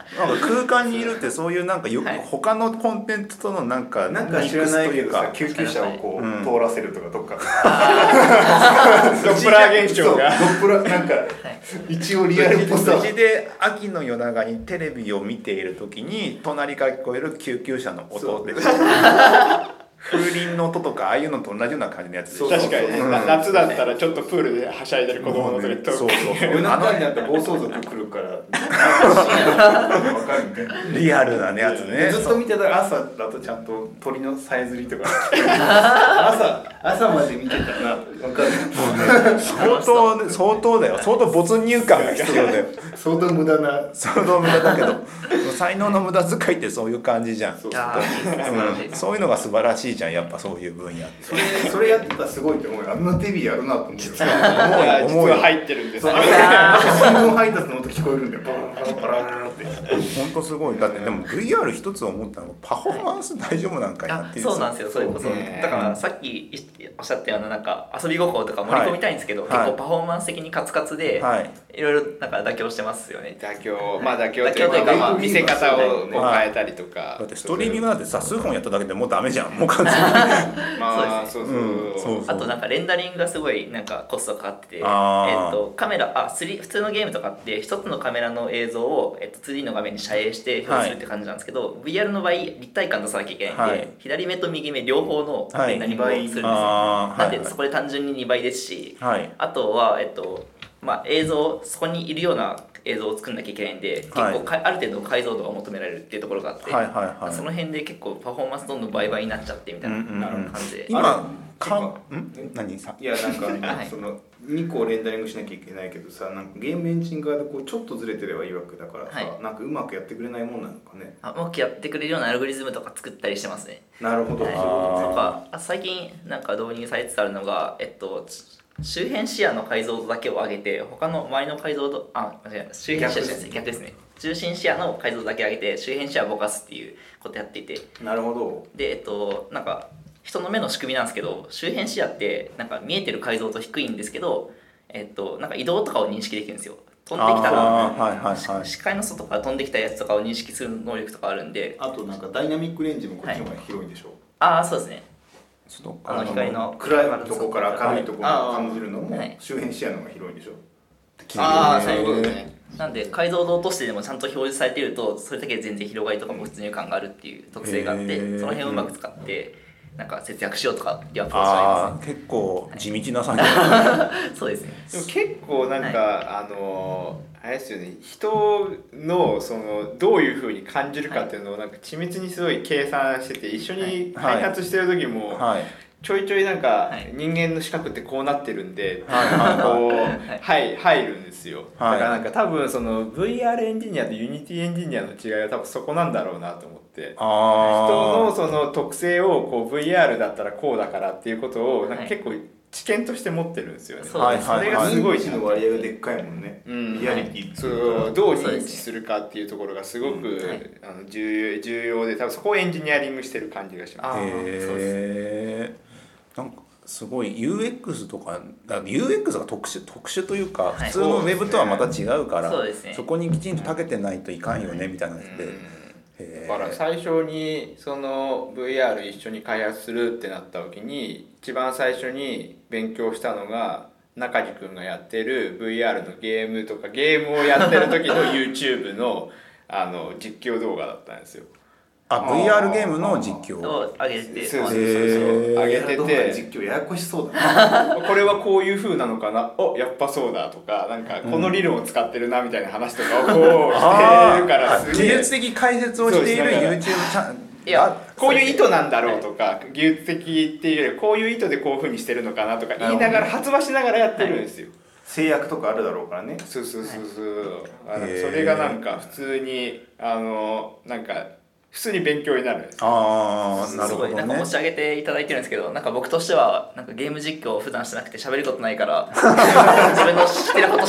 Speaker 1: なんか空間にいるってそういうなんかよく他のコンテンツとのなんか
Speaker 2: なんか知らないけどさ救急車をこう通らせるとかどっか
Speaker 4: ドップラー現象が
Speaker 2: ドップラーなんか一応リアルっぽさ
Speaker 1: うちで秋の夜長にテレビを見ている時に隣から聞こえる救急車の音で風鈴の音とかああいうのと同じような感じのやつでしょ。
Speaker 4: 確かにね、うん、夏だったらちょっとプールではしゃいでる子供の時と、
Speaker 1: そうそうそう
Speaker 2: 夜中になったら暴走族来るから分かるみたいな
Speaker 1: リアルなやつね。
Speaker 2: ずっと見てたら朝だとちゃんと鳥のさえずりとか朝朝まで見てたら分かる。
Speaker 1: もうね相当相当だよ。相当没入感が必要だよ。
Speaker 2: 相当無駄な
Speaker 1: 相当無駄だけど才能の無駄遣いってそういう感じじゃん。そう、うん、そういうのが素晴らしいじゃん。やっぱそういう分野
Speaker 2: それそれやってたらすごいと思うよ。あんなテレビやるなと思って実
Speaker 4: は実は入ってるんですよ。
Speaker 2: 新聞配達の音聞こえるんだよ。バラバラバラって
Speaker 1: 本当すごい。だってでも ブイアール 一つ思ったのがパフォーマンス大丈夫なんかいなっていう。
Speaker 3: そうなんですよ。それこそだからさっきおっしゃったようななんか遊び心とか盛り込みたいんですけど、はい、結構パフォーマンス的にカツカツで、はい、いろいろなんか妥協してますよね。
Speaker 4: 妥協まあ妥協というか、まあ、見せ方を変えたりとか、
Speaker 1: はい、だってストリーミングなんてさ数本やっただけでもうダメじゃん。もう完全に
Speaker 4: まあそうそう、うん、そう
Speaker 3: そうあとなんかレンダリングがすごいなんかコストかかってて、えー、とカメラあスリー普通のゲームとかって一つのカメラの映像を、えー、と ツーディー の画面に遮影して表示するって感じなんですけど、はい、ブイアール の場合立体感出さなきゃいけないんで、はい、左目と右目両方のレンダリングをするんですよ、はい、なんでそこで単純ににばいですし、はい、あとは、えっとまあ、映像そこにいるような映像を作んなきゃいけないんで、結構か、はい、ある程度解像度が求められるっていうところがあって、はいはいはい、その辺で結構パフォーマンスどんどん倍々になっちゃってみたいな感じで、うんうんうん、
Speaker 1: 今かん何さ
Speaker 2: いやなんか、はい、そのにこレンダリングしなきゃいけないけどさ、なんかゲームエンジン側でこうちょっとずれてればいいわけだからさ、はい、なんかうまくやってくれないもんなのかね。
Speaker 3: あうまくやってくれるようなアルゴリズムとか作ったりしてますね。
Speaker 2: なるほど、はい、そういうことね。
Speaker 3: とかあ最近なんか導入されつつあるのが、えっと周辺視野の解像度だけを上げて他の周りの解像度あ間違えない周辺視野じゃないですね、逆ですね。中心視野の解像度だけ上げて周辺視野をぼかすっていうことやっていて、
Speaker 2: なるほど。
Speaker 3: でえっとなんか人の目の仕組みなんですけど、周辺視野ってなんか見えてる解像度低いんですけど、えっとなんか移動とかを認識できるんですよ。飛んできたら、はいはいはい、視界の外から飛んできたやつとかを認識する能力とかあるんで、
Speaker 2: あとなんかダイナミックレンジもこっちの方が広いんでしょ、
Speaker 3: はい、ああそうですね。
Speaker 1: あ
Speaker 3: の光の
Speaker 2: 暗いとこから明るいところを感じるのも周辺視野の方が広いんでしょ。
Speaker 3: ああそういうことね。なんで解像度を落としてでもちゃんと表示されているとそれだけで全然広がりとかも没入感があるっていう特性があって、その辺をうまく使ってなんか節約しようとかっていうアプローチがありますね。
Speaker 1: 結構地道な作業、
Speaker 3: はい、そうですね。
Speaker 4: でも結構なんか、はい、あのあれですよね、人のそのどういう風に感じるかっていうのをなんか緻密にすごい計算してて、一緒に開発してる時もちょいちょいなんか人間の視覚ってこうなってるんで、こうはい入るんですよ。だからなんか多分その ブイアール エンジニアと Unity エンジニアの違いは多分そこなんだろうなと思って、人のその特性をこう ブイアール だったらこうだからっていうことをなんか結構知見として持ってるんですよね。
Speaker 3: そうです。
Speaker 2: それがすごい認知の割合がでっかいもんね。リアリティ
Speaker 4: そうどう認知するかっていうところがすごく、うんはい、あの重要重要で、多分そこをエンジニアリングしてる感じがします。
Speaker 1: へえ。なんかすごい ユーエックス とか ユーエックス が特殊特殊というか、はい、普通のウェブとはまた違うから、
Speaker 3: そうですね、
Speaker 1: そこにきちんと長けてないといかんよね、うん、みたいなので。
Speaker 4: だから最初にその ブイアール 一緒に開発するってなった時に一番最初に勉強したのが中地君がやってる ブイアール のゲームとかゲームをやってる時の YouTube のあの実況動画だったんですよ。
Speaker 1: あ、ブイアール ゲームの実況
Speaker 3: を上げて、
Speaker 4: そうそうそうそう上げてて、
Speaker 2: 実況ややこしそうだ
Speaker 4: なこれはこういう風なのかな、おやっぱそうだとか、なんかこの理論を使ってるなみたいな話とかをこうしてるからすげえ
Speaker 1: 技術的解説をしている YouTube チャンネル、
Speaker 4: いやこういう意図なんだろうとか、技術的っていうよりこういう意図でこういう風にしてるのかなとか言いながら発話しながらやってるんですよ。
Speaker 2: 制約とかあるだろうからね。
Speaker 4: そうそうそうそう、あのそれがなんか普通にあのなんか普通に勉強になるんです。
Speaker 1: ああ、なるほどね。
Speaker 3: すごいなんか申し上げていただいてるんですけど、なんか僕としてはなんかゲーム実況を普段してなくて喋ることないから自分の知ってることし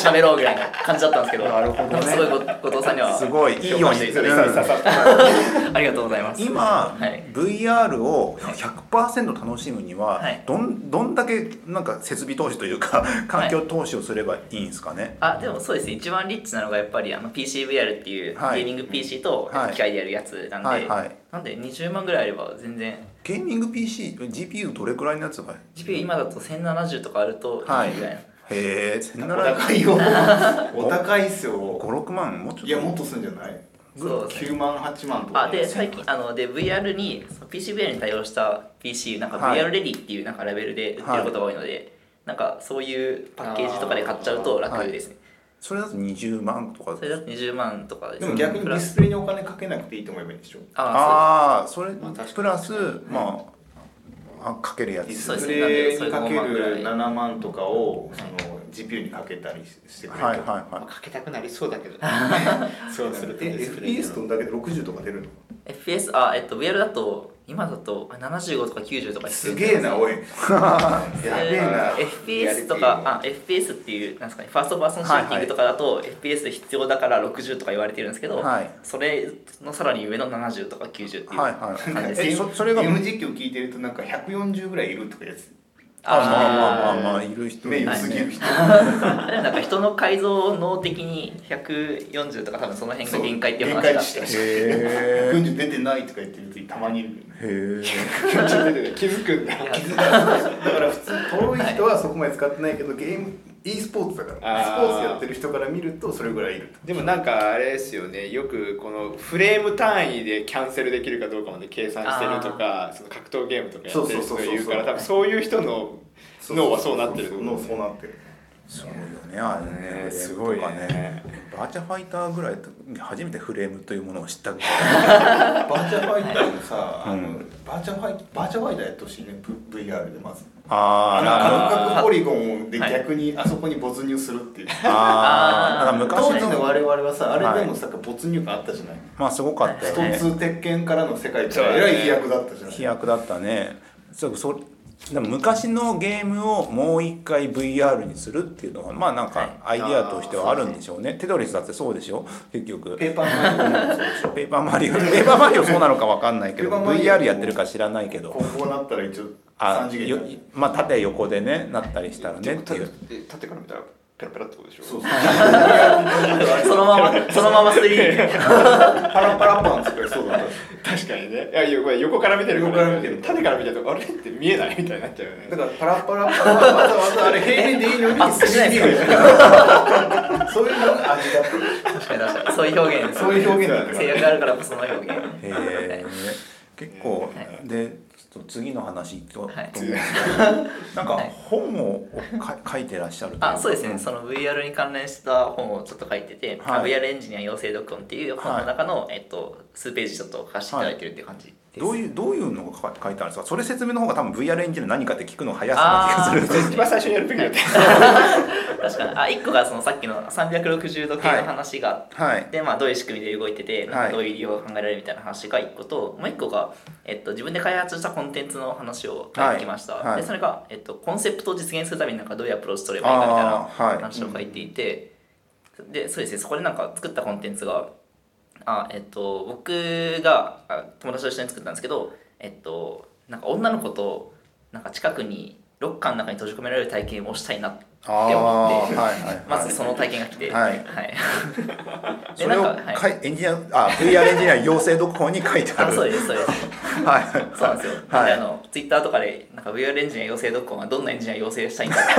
Speaker 3: 喋ろうぐらいの感じだったんですけど、
Speaker 1: なるほどね、
Speaker 3: すごい後藤さんには
Speaker 1: すごいいいように
Speaker 3: 刺さったありがとうございます。
Speaker 1: 今、
Speaker 3: はい、
Speaker 1: ブイアール を ひゃくパーセント 楽しむには、はい、どんどんだけなんか設備投資というか環境投資をすればいいんですかね。
Speaker 3: はい、あでもそうですね、一番リッチなのがやっぱりあの ピーシーブイアール っていうゲーミング ピーシー と機械でやるやつなんで、はいはいはい、なんでにじゅうまんぐらいあれば全然。
Speaker 1: ゲーミング ピーシー、ジーピーユー どれくらいのやつが
Speaker 3: ジーピーユー 今だとせんななじゅうとかあるといいぐらいの、はい、
Speaker 1: へえ、
Speaker 2: せんななじゅうお高いよお高いっすよ。
Speaker 1: ご、ろくまんもうちょっと、
Speaker 2: いやもっとするんじゃない？そうきゅうまんはちまんとか。
Speaker 3: あで最近あので ブイアール に ピーシーブイアール に対応した ピーシー なんか ブイアール レディっていうなんかラベルで売ってることが多いので、はい、なんかそういうパッケージとかで買っちゃうと楽ですね。はい、
Speaker 1: それだとにじゅうまんとか。
Speaker 3: それだとにじゅうまんとかです。
Speaker 2: でも逆にディスプレイにお金かけなくていいと思えばいいんでしょ。
Speaker 1: ああ、それプラスまあ。あかけるやつ、
Speaker 2: ディスプレイにかけるななまんとかをその ジーピーユー にかけたりしてくれると、はいはいはい、
Speaker 4: まあ、かけたくなりそうだけど
Speaker 2: そうすると エフピーエス とだけでろくじゅうとか出るの？
Speaker 3: エフピーエス あえっと ブイアール だと今だとななじゅうごとかきゅうじゅうとか
Speaker 2: すげえなおいやべえな。
Speaker 3: エフピーエス とかあ エフピーエス っていうなんですかね、ファーストパーソンシューティングとかだと エフピーエス 必要だからろくじゅうとか言われてるんですけど、はい、それのさらに上のななじゅうとかきゅうじゅうっていう感じです。
Speaker 2: はいはい、そ, それがゲーム実況聞いてるとなんかひゃくよんじゅうぐらいいるとかやつ。
Speaker 1: あ、まあまあまあまあいる人
Speaker 2: 目良すぎる人
Speaker 3: なんか人の改造能的にひゃくよんじゅうとか多分その辺が限界っていう話があって、
Speaker 2: ひゃくよんじゅう出てないとか言ってる人たまにいる。
Speaker 1: へえ
Speaker 4: ひゃくよんじゅう出てない気づくんだ。
Speaker 2: 気づかない。だから普通遠い人はそこまで使ってないけど、ゲーム e スポーツだからスポーツやってる人から見るとそれぐらいいる。
Speaker 4: でもなんかあれですよね、よくこのフレーム単位でキャンセルできるかどうかまで計算してるとか、その格闘ゲームとかやってる人が言うから、多分そういう人の脳はそうなってる。
Speaker 2: 脳そうなってる。
Speaker 1: そうよね、あれね、すごいね。バーチャファイターぐらい初めてフレームというものを知ったぐらい。
Speaker 2: バーチャファイターのさ、あのバーチャファイバーチャファイターやってほしいね、ブイアール でまず。ああ、感覚ポリゴンで逆にあそこに没入するっていう。ああ、昔の当時の我々はさ、あれでもさ没入感あったじゃない。
Speaker 1: まあすごかったよね。
Speaker 2: ストツー鉄拳からの世界ってえらい飛躍だったじゃない。
Speaker 1: 飛躍だったね。そうそでも昔のゲームをもう一回 ブイアール にするっていうのはまあなんかアイディアとしてはあるんでしょうね。テトリスだってそうでしょ結局。
Speaker 2: ペーパーマリオもそうでしょ。
Speaker 1: ペーパーマリオペーパーマリオそうなのかわかんないけど ブイアール やってるか知らないけど。
Speaker 2: こうなったら一応さん次元。
Speaker 1: まあ縦横でねなったりしたらねっていう。
Speaker 4: 縦から見たらペラペラってことでしょ。そう
Speaker 3: そうそのままそのまま スリーディー
Speaker 2: パラパラパン作れそうだった。
Speaker 4: 確かにね。いや横から見てるから縦から見てるとあれって見えないみたいになっちゃうよね。
Speaker 2: だからパラパラパンはわざわざあれ平面でいいのに スリーディー がそういうのが味だった。
Speaker 3: 確かに確かにそういう表現
Speaker 2: そういう表現だ
Speaker 3: 制約あるからこその表現。へ
Speaker 1: え。結構で。次の話と思うんですけど、なんか本を書いてらっしゃる。
Speaker 3: あ、そうですね。その ブイアール に関連した本をちょっと書いてて、はい、ブイアール エンジニア養成読本っていう本の中の、はい、えっと数ページちょっと書かせていただいてるっていう感じです。
Speaker 1: どういうどういうのが書いてあるんですか。それ説明の方が多分 ブイアール エンジニア何かって聞くの早そうな気がする。
Speaker 4: 一番最初にやるべきだって。
Speaker 3: 確かに。あ、いっこがそのさっきのさんびゃくろくじゅうど系の話があって、はい、まあどういう仕組みで動いてて、なんかどういう利用が考えられるみたいな話がいっこと、もういっこがえっと自分で開発したコンテンツの話を書いてきました。はいはい、でそれがえっとコンセプトを実現するためになんかどういうアプローチ取ればいいかみたいな話を書いていて、はい、でそうですね。そこでなんか作ったコンテンツがあえっと僕が友達と一緒に作ったんですけど。えっと、なんか女の子となんか近くにロッカーの中に閉じ込められる体験をしたいなって思って、はいはいはい、まずその体験が来て、はいはい、
Speaker 1: でそれをなんか、はい、エンジニアあ ブイアール エンジニア養成読本に書いてある。
Speaker 3: あ、そうですそうです。はい、そうなんですよ。はい、であのツイッターとかでなんか ブイアール エンジニア養成読本はどんなエンジニア養成したいんだって。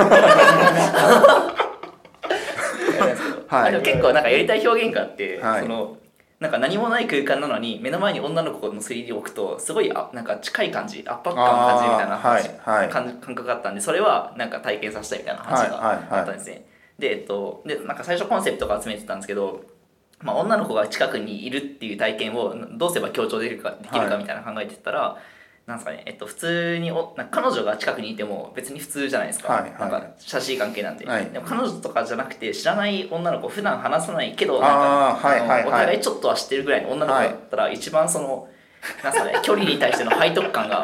Speaker 3: はい、でも結構なんかやりたい表現があって、はい、そのなんか何もない空間なのに目の前に女の子の スリーディー を置くとすごいあなんか近い感じ圧迫感を感じるみたいな話、はいはい、感覚があったんでそれはなんか体験させたいみたいな話があったんですね、はいはいはい、で、えっと、でなんか最初コンセプトが集めてたんですけど、まあ、女の子が近くにいるっていう体験をどうすれば強調できるかできるかみたいな考えてたら、はいなんですかねえっと、普通におなんか彼女が近くにいても別に普通じゃないですか、はいはい、なんか親しい関係なんで、はい、でも彼女とかじゃなくて知らない女の子普段話さないけどなんか、はいはいはい、お互いちょっとは知ってるぐらいの女の子だったら、はい、一番そのなんすかね距離に対しての背徳感が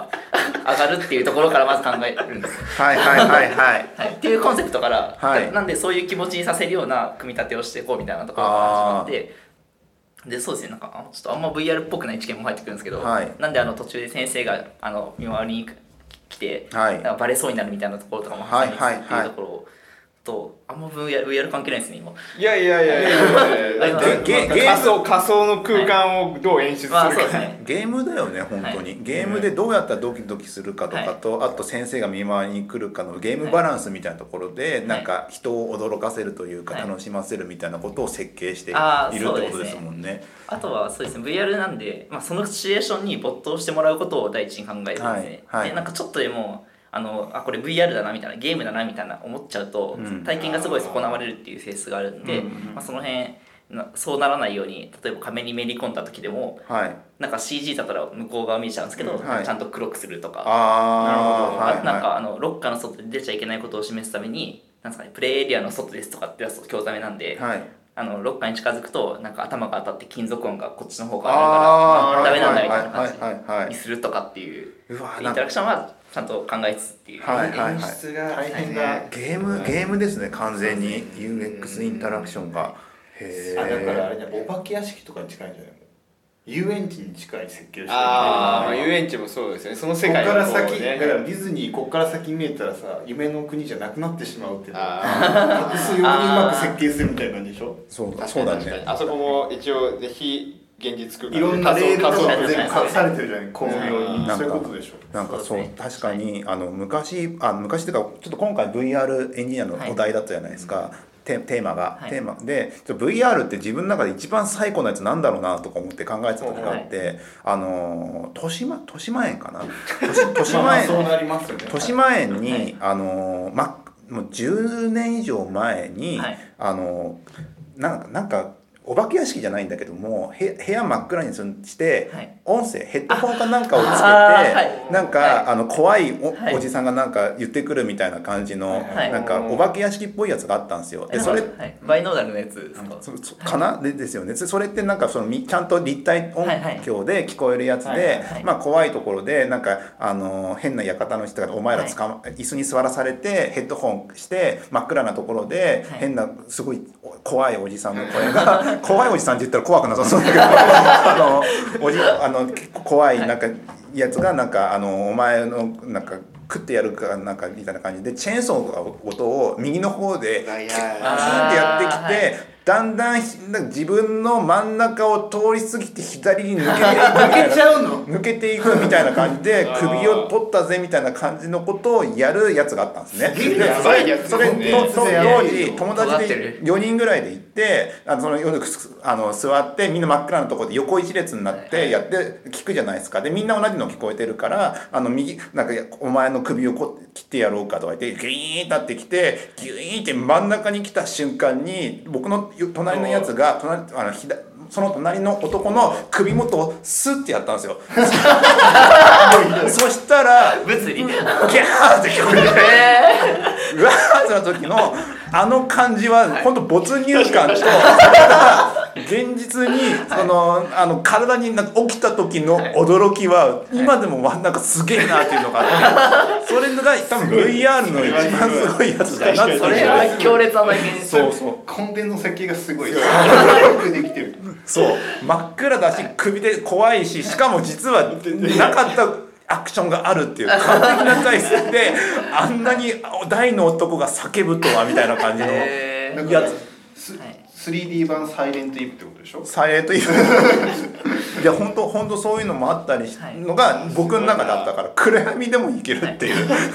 Speaker 3: 上がるっていうところからまず考えるんです
Speaker 1: はいはいはいはい、
Speaker 3: はい、っていうコンセプトから、
Speaker 1: はい、
Speaker 3: なんでそういう気持ちにさせるような組み立てをしていこうみたいなところから始まって、でそうですね、なんかちょっとあんま ブイアール っぽくない知見も入ってくるんですけど、はい、なんであの途中で先生があの見回りに来て、はい、なんかバレそうになるみたいなところとかも挟みつつっていうところを、とあんま ブイアール, ブイアール 関係ないですね今。
Speaker 4: いやいやいやいやいやいや仮想仮想の空間をどう演出するか、はい、まあそうですね、
Speaker 1: ゲームだよね本当に、はい、ゲームでどうやったらドキドキするかとかと、はい、あと先生が見回りに来るかのゲームバランスみたいなところで、はい、なんか人を驚かせるというか、はい、楽しませるみたいなことを設計しているってことですもんね。
Speaker 3: あとはそうですね ブイアール なんで、まあ、そのシチュエーションに没頭してもらうことを第一に考えるんですね、はいはい、でなんかちょっとでもあのあこれ ブイアール だなみたいなゲームだなみたいな思っちゃうと、うん、体験がすごい損なわれるっていう性質があるんで、うんまあ、その辺なそうならないように例えば画面にめり込んだ時でも、はい、なんか シージー だったら向こう側見えちゃうんですけど、はい、ちゃんと黒くするとか、あなるほど、なんかあのロッカーの外で出ちゃいけないことを示すためになんですかね、プレイエリアの外ですとかって出すと興ざめなんで、はい、あのロッカーに近づくとなんか頭が当たって金属音がこっちの方からあるから、まあ、ダメなんだみたいな感じにするとかっていうインタラクションはちゃんと考えつつっていう、
Speaker 1: はいはいはい、
Speaker 2: 演出が大変だ、
Speaker 1: ゲームゲームですね完全に ユーエックス インタラクションが、
Speaker 2: へえ。あだからあれね、お化け屋敷とかに近いんじゃないの？遊園地に近い設計をしてる。
Speaker 4: ああ、遊園地もそうですね。その世界
Speaker 2: をこう、ね、ここから先だからディズニーここから先見えたらさ、夢の国じゃなくなってしまうっていうのを隠すようにうまく設計するみたいな感じでしょ。
Speaker 1: そうだそうだね。
Speaker 4: あそこも一応ぜひ現実空間
Speaker 2: いろんなレールとか全部隠されてるじゃない、巧妙に。そういうことでしょ。
Speaker 1: なんかそう、ね、確かにあの昔あ昔っていうかちょっと今回 ブイアール エンジニアのお題だったじゃないですか。はい、テーマが、はい、テーマで ブイアール って自分の中で一番最古のやつなんだろうなとか思って考えてた時があって、はい、あの豊島豊島園かな豊島園豊島園に、はい、あのまもうじゅうねん以上前に、はい、あのなんかなんかお化け屋敷じゃないんだけども部屋真っ暗にして、はい、音声ヘッドホンかなんかをつけて、はい、なんか、はい、あの怖い お,、はい、おじさんがなんか言ってくるみたいな感じの、はい、なんかお化け屋敷っぽいやつがあったんですよ。でそれ、はい、
Speaker 3: バイノーダルのやつですか、
Speaker 1: そかな、でですよね。それってなんかそのちゃんと立体音響で聞こえるやつで、はいはい、まあ怖いところでなんかあの変な館の人がお前らつか、ま、椅子に座らされてヘッドホンして真っ暗なところで、はい、変なすごい怖いおじさんの声が怖いおじさんって言ったら怖くなさそうだけどあのおじあの結構怖いなんかやつがなんかあのお前のなんか食ってやるかなんかみたいな感じでチェーンソーの音を右の方でキューンってやってきて。だんだん自分の真ん中を通り過ぎて左に抜けていくみたいな
Speaker 2: 抜けちゃうの
Speaker 1: 抜けていくみたいな感じで首を取ったぜみたいな感じのことをやるやつがあったんですね。
Speaker 4: でそれ
Speaker 1: それと当時友達でよにんぐらいで行ってあのそのあの座ってみんな真っ暗なところで横一列になってやって聞くじゃないですか。でみんな同じの聞こえてるからあの右なんかお前の首をこ切ってやろうかとか言ってギュイーンってなってきてギュイーンって真ん中に来た瞬間に僕の隣のやつが隣あの左その隣の男の首元をスッてやったんですよそしたら
Speaker 3: 物理ギャー
Speaker 1: って聞こえてうわーってな時のあの感じは本当没入感と現実にそのあの体になんか起きた時の驚きは今でもなんかすげえなっていうのがあってそれが多分 ブイアール の一番すごいやつだなって
Speaker 3: それは強烈な体験です。
Speaker 2: そうそう根底の設計がすごいよくできてる。
Speaker 1: そう真っ暗だし首で怖いししかも実はなかったアクションがあるっていう完璧な体質であんなに大の男が叫ぶとはみたいな感じのやつ。
Speaker 2: スリーディー 版サイレントイブってことでしょ。
Speaker 1: サイレントイブいや本当本当そういうのもあったりするのが僕の中だったから暗闇でもいけるっていう、はい、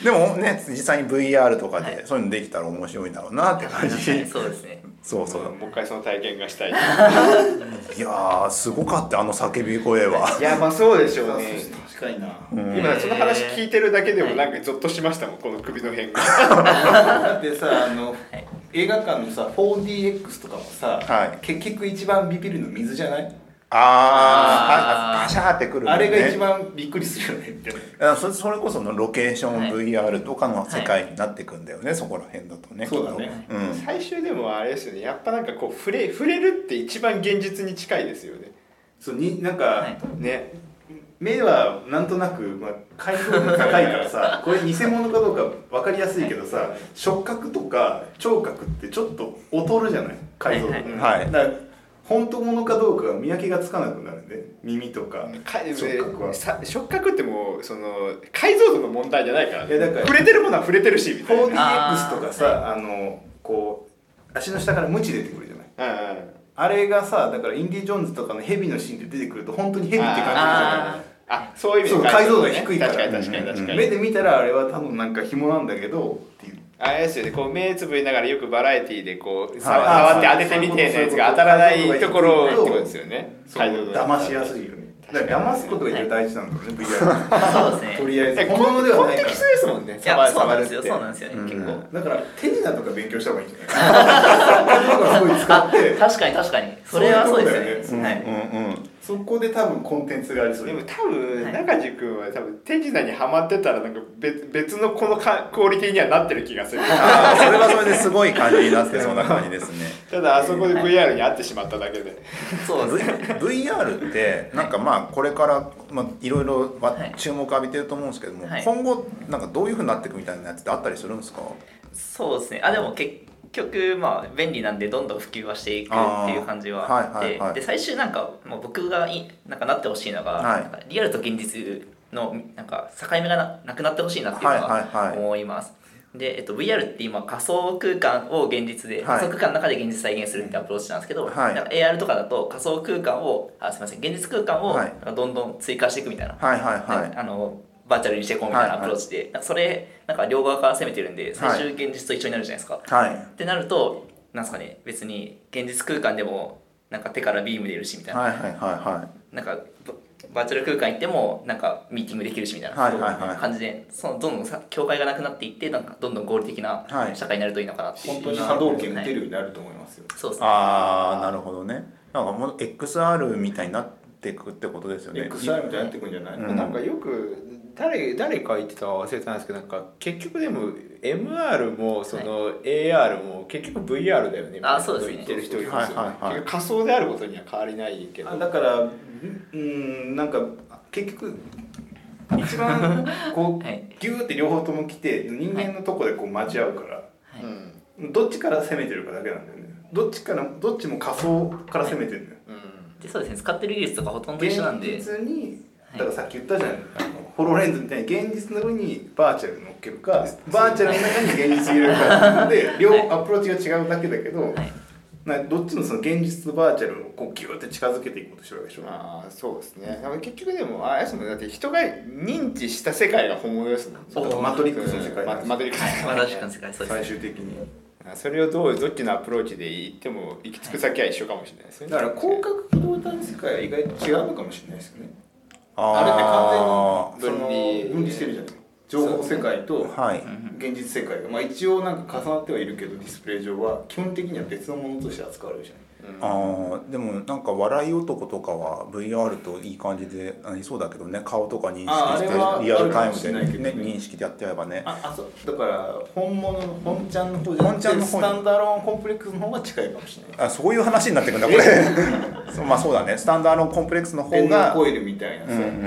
Speaker 1: でもね実際に ブイアール とかでそういうのできたら面白いんだろうなって感じ、はい、
Speaker 3: そうですね。
Speaker 1: そうそう、
Speaker 4: もう一回その体験がしたいい
Speaker 1: やーすごかったあの叫び声は。
Speaker 4: いやまあそうでしょうね。
Speaker 2: 確かにな、
Speaker 4: うん、今その話聞いてるだけでもなんかゾッとしましたもんこの首の辺が
Speaker 2: だってさあの、はい、映画館のさ フォーディーエックス とかもさ、はい、結局一番ビビるの水じゃない？
Speaker 1: ああパシャーってくる、ね、
Speaker 2: あれが一番びっくりするよねみたいな。
Speaker 1: それ、それこそのロケーション ブイアール とかの世界になってくんだよね、はい、そこら辺だとね。
Speaker 2: そうだね、
Speaker 4: うん、最終でもあれですよねやっぱなんかこう触れ触れるって一番現実に近いですよね。
Speaker 2: そうになんか、はい、ね目はなんとなく、まあ、解像度高いからさこれ偽物かどうか分かりやすいけどさ触覚とか聴覚ってちょっと劣るじゃない解像度、はい、だから本当物かどうか見分けがつかなくなるんで耳とか触覚は触
Speaker 4: 覚ってもうその解像度の問題じゃないから、ね、いやだから触れてるものは触れてるしみたいな フォーディーエックス とかさ あ,、はい、あのこう足の下からムチ出てくるじゃない、はいはい、あれがさだからインディ・ジョーンズとかのヘビのシーンで出てくると本当にヘビって感じじゃないあそういう意味
Speaker 2: で解像度が低いから
Speaker 4: 確かに確かに確かに
Speaker 2: 目で見たらあれは多分なんか紐なんだけどっていう
Speaker 4: あれですよねこう目つぶりながらよくバラエティーでこう触って当ててみてのやつが当たらないところってことですよね
Speaker 2: 解像度騙しやすいよねだから騙すことが一番大事なんだよね ブイアール
Speaker 3: そうですね
Speaker 2: とりあえず本物ではないから
Speaker 4: コンテキストですもんね
Speaker 3: いやそうなんですよそうなんですよね結構
Speaker 2: だからテニナとか勉強した方がいいんじゃないすごい使って
Speaker 3: 確かに確かにそれはそうですよねはい
Speaker 2: そこで多分コンテンツがありそう
Speaker 4: でも多分中地君は多分手品にハマってたらなんか 別, 別のこのかクオリティにはなってる気がする
Speaker 1: あそれはそれですごい感じになってそうな感じですね
Speaker 4: ただあそこで ブイアール に合ってしまっただけで
Speaker 1: そうですね ブイアール ってなんかまあこれからまあいろいろ注目浴びてると思うんですけども、はい、今後なんかどういう風になっていくみたいなやつってあったりするんですか？
Speaker 3: そうですねあでも結結局まあ便利なんでどんどん普及はしていくっていう感じはあって、はいはいはい、で最終なんかもう僕がいなんかなってほしいのが、はい、なんかリアルと現実のなんか境目が な, なくなってほしいなっていうのは思います、はいはいはい、で、えっと、ブイアール って今仮想空間を現実で、はい、仮想空間の中で現実再現するってアプローチなんですけど、はい、なんか エーアール とかだと仮想空間をあすみません現実空間をどんどん追加していくみたいな、はいはいはい、あのバーチャルにしていこうみたいなアプローチで、はいはい、それなんか両側から攻めてるんで最終現実と一緒になるじゃないですか、はい、ってなるとなんすかね別に現実空間でもなんか手からビーム出るしみたいな、はいはいはいはい、なんかバーチャル空間行ってもなんかミーティングできるしみたいな、はいはいはい、感じでそのどんどんさ境界がなくなっていってなんかどんどん合理的な社会になるといいのかなっていう、
Speaker 2: はい、本当に波動拳打てるようになると思いますよ、はい、
Speaker 3: そうですね
Speaker 1: ああなるほどねなんかもう エックスアール みたいになっていくってことですよね
Speaker 2: エックスアール みたいになっていくんじゃない、
Speaker 4: うん、なんかよく誰, 誰か言ってたか忘れたんですけどなんか結局でも エムアール もその エーアール も結局 ブイアール だよねみたいなこと言ってる人いますよね仮想であることには変わりないけど
Speaker 2: だからうんなんか結局一番こう、はい、ギューって両方とも来て人間のとこでこう待ち合うから、はい、どっちから攻めてるかだけなんだよねどっちからどっちも仮想から攻めてるんだよ、はい
Speaker 3: うん、でそうですね使ってる技術とかほとんど一緒なんで
Speaker 2: 現実にだからさっき言ったじゃん、はい、あのホロレンズみたいに現実の上にバーチャル乗っけるかバーチャルの中に現実入れるかで両アプローチが違うだけだけど、はい、などっちのその現実とバーチャルをこうギューって近づけていこうとしてるわけでしょ。
Speaker 4: ああそうですね結局でもあれですもんだって人が認知した世界が本物ですもん
Speaker 2: そうマトリックスの世界なんです、
Speaker 3: マトリックスの世界
Speaker 2: 最終的に
Speaker 4: それをどうどっちのアプローチでいっても行き着く先は一緒かもしれないですね。
Speaker 2: だから広角機動隊の世界は意外と違うのかもしれないですよね。あれって完全に分離分離してるじゃない情報世界と現実世界が、まあ、一応なんか重なってはいるけどディスプレイ上は基本的には別のものとして扱われるじゃない、
Speaker 1: うん、あでもなんか笑い男とかは ブイアール といい感じでありそうだけどね顔とか認識してリアルタイムで、ねね、認識でやってやればね
Speaker 2: ああそうだから本物の本ちゃんの方じゃなくてスタンダーローンコンプレックスの方が近いかもしれない
Speaker 1: あそういう話になってくるんだこれそうまあそうだねスタンダーローンコンプレックスの方が
Speaker 2: 電脳コイルみたいなさ、うんうんうん、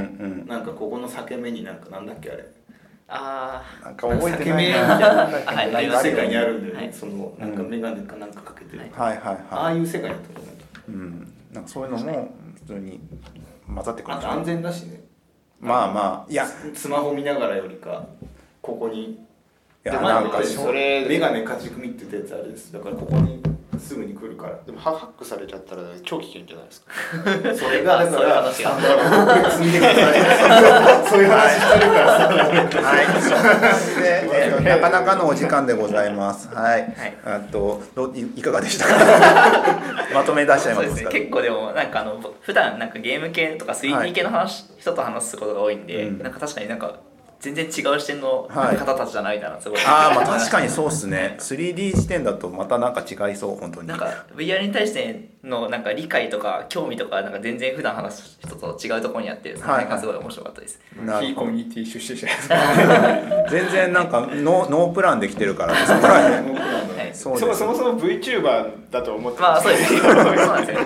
Speaker 2: なんかここの裂け目になんかなんだっけあれ
Speaker 3: あ
Speaker 1: なんか覚えてない
Speaker 2: なあいう世界にあるんだよね、はい、そのなんか眼鏡かなんかかけてる、
Speaker 1: はいはいはい、
Speaker 2: ああいう世界だと思
Speaker 1: う、うん、なんかそういうのも普通に混ざってくるん
Speaker 2: じゃない。あと安全だしね
Speaker 1: まあまあいや
Speaker 2: スマホ見ながらよりかここに
Speaker 1: いやなんか
Speaker 2: それ眼鏡勝ち組って言ったやつあれですだからここにすぐに来るから
Speaker 4: でもハックされちゃったら超危険じゃないですか
Speaker 2: それがだからスタンダードコンプレックス見てくださいそういう話してるからさ
Speaker 1: はいで、えー、なかなかのお時間でございますはい、はい、あとどいかがでしたかまとめ出しちゃいますか。そうですね
Speaker 3: 結構でもなんかあの普段なんかゲーム系とか スリーディー 系の話、はい、人と話すことが多いんで、うん、なんか確かになんか全然違う視点の方たちじゃないかな、はい、すごい
Speaker 1: ああまあ確かにそうっすねスリーディー 視点だとまたなんか違いそう本当に
Speaker 3: なんか ブイアール に対してのなんか理解とか興味とかなんか全然普段話す人と違うところにあってその辺がすごい面白かったです、
Speaker 4: はい、非コミュニティ出身者です
Speaker 1: 全然なんかノー、ノープランできてるからそこら辺
Speaker 4: そもそも VTuber だと思ってま
Speaker 3: す、まあ、そうですそうなんですよ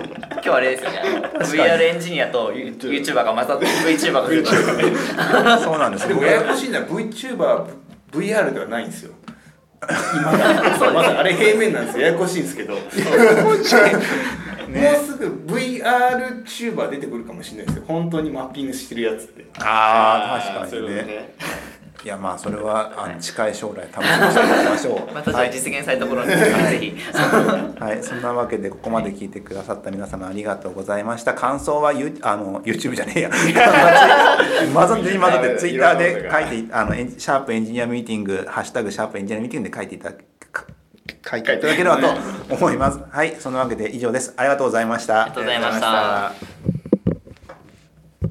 Speaker 3: 日はあれですよね ブイアール エンジニアと YouTuber が混ざって VTuber が出てる
Speaker 1: そうなんです
Speaker 2: でもややこしいのは VTuber、ブイアール ではないんですよ今だまだあれ平面なんですよややこしいんですけどもうすぐ ブイアール チューバー出てくるかもしれないですよ本当にマッピングしてるやつって。
Speaker 1: ああ確かにねいやまあそれはあの近い将来楽しみにしていきましょう
Speaker 3: またじゃあ実現された頃にぜひ
Speaker 1: はいそんなわけでここまで聞いてくださった皆様ありがとうございました。感想はユあの YouTube じゃねえや混ざって混ざってツイッターで書いてあのシャープエンジニアミーティングハッシュタグシャープエンジニアミーティングで書いていただ書いていただければと思います。はいそんなわけで以上です。ありがとうございました。
Speaker 3: ありがとうございました。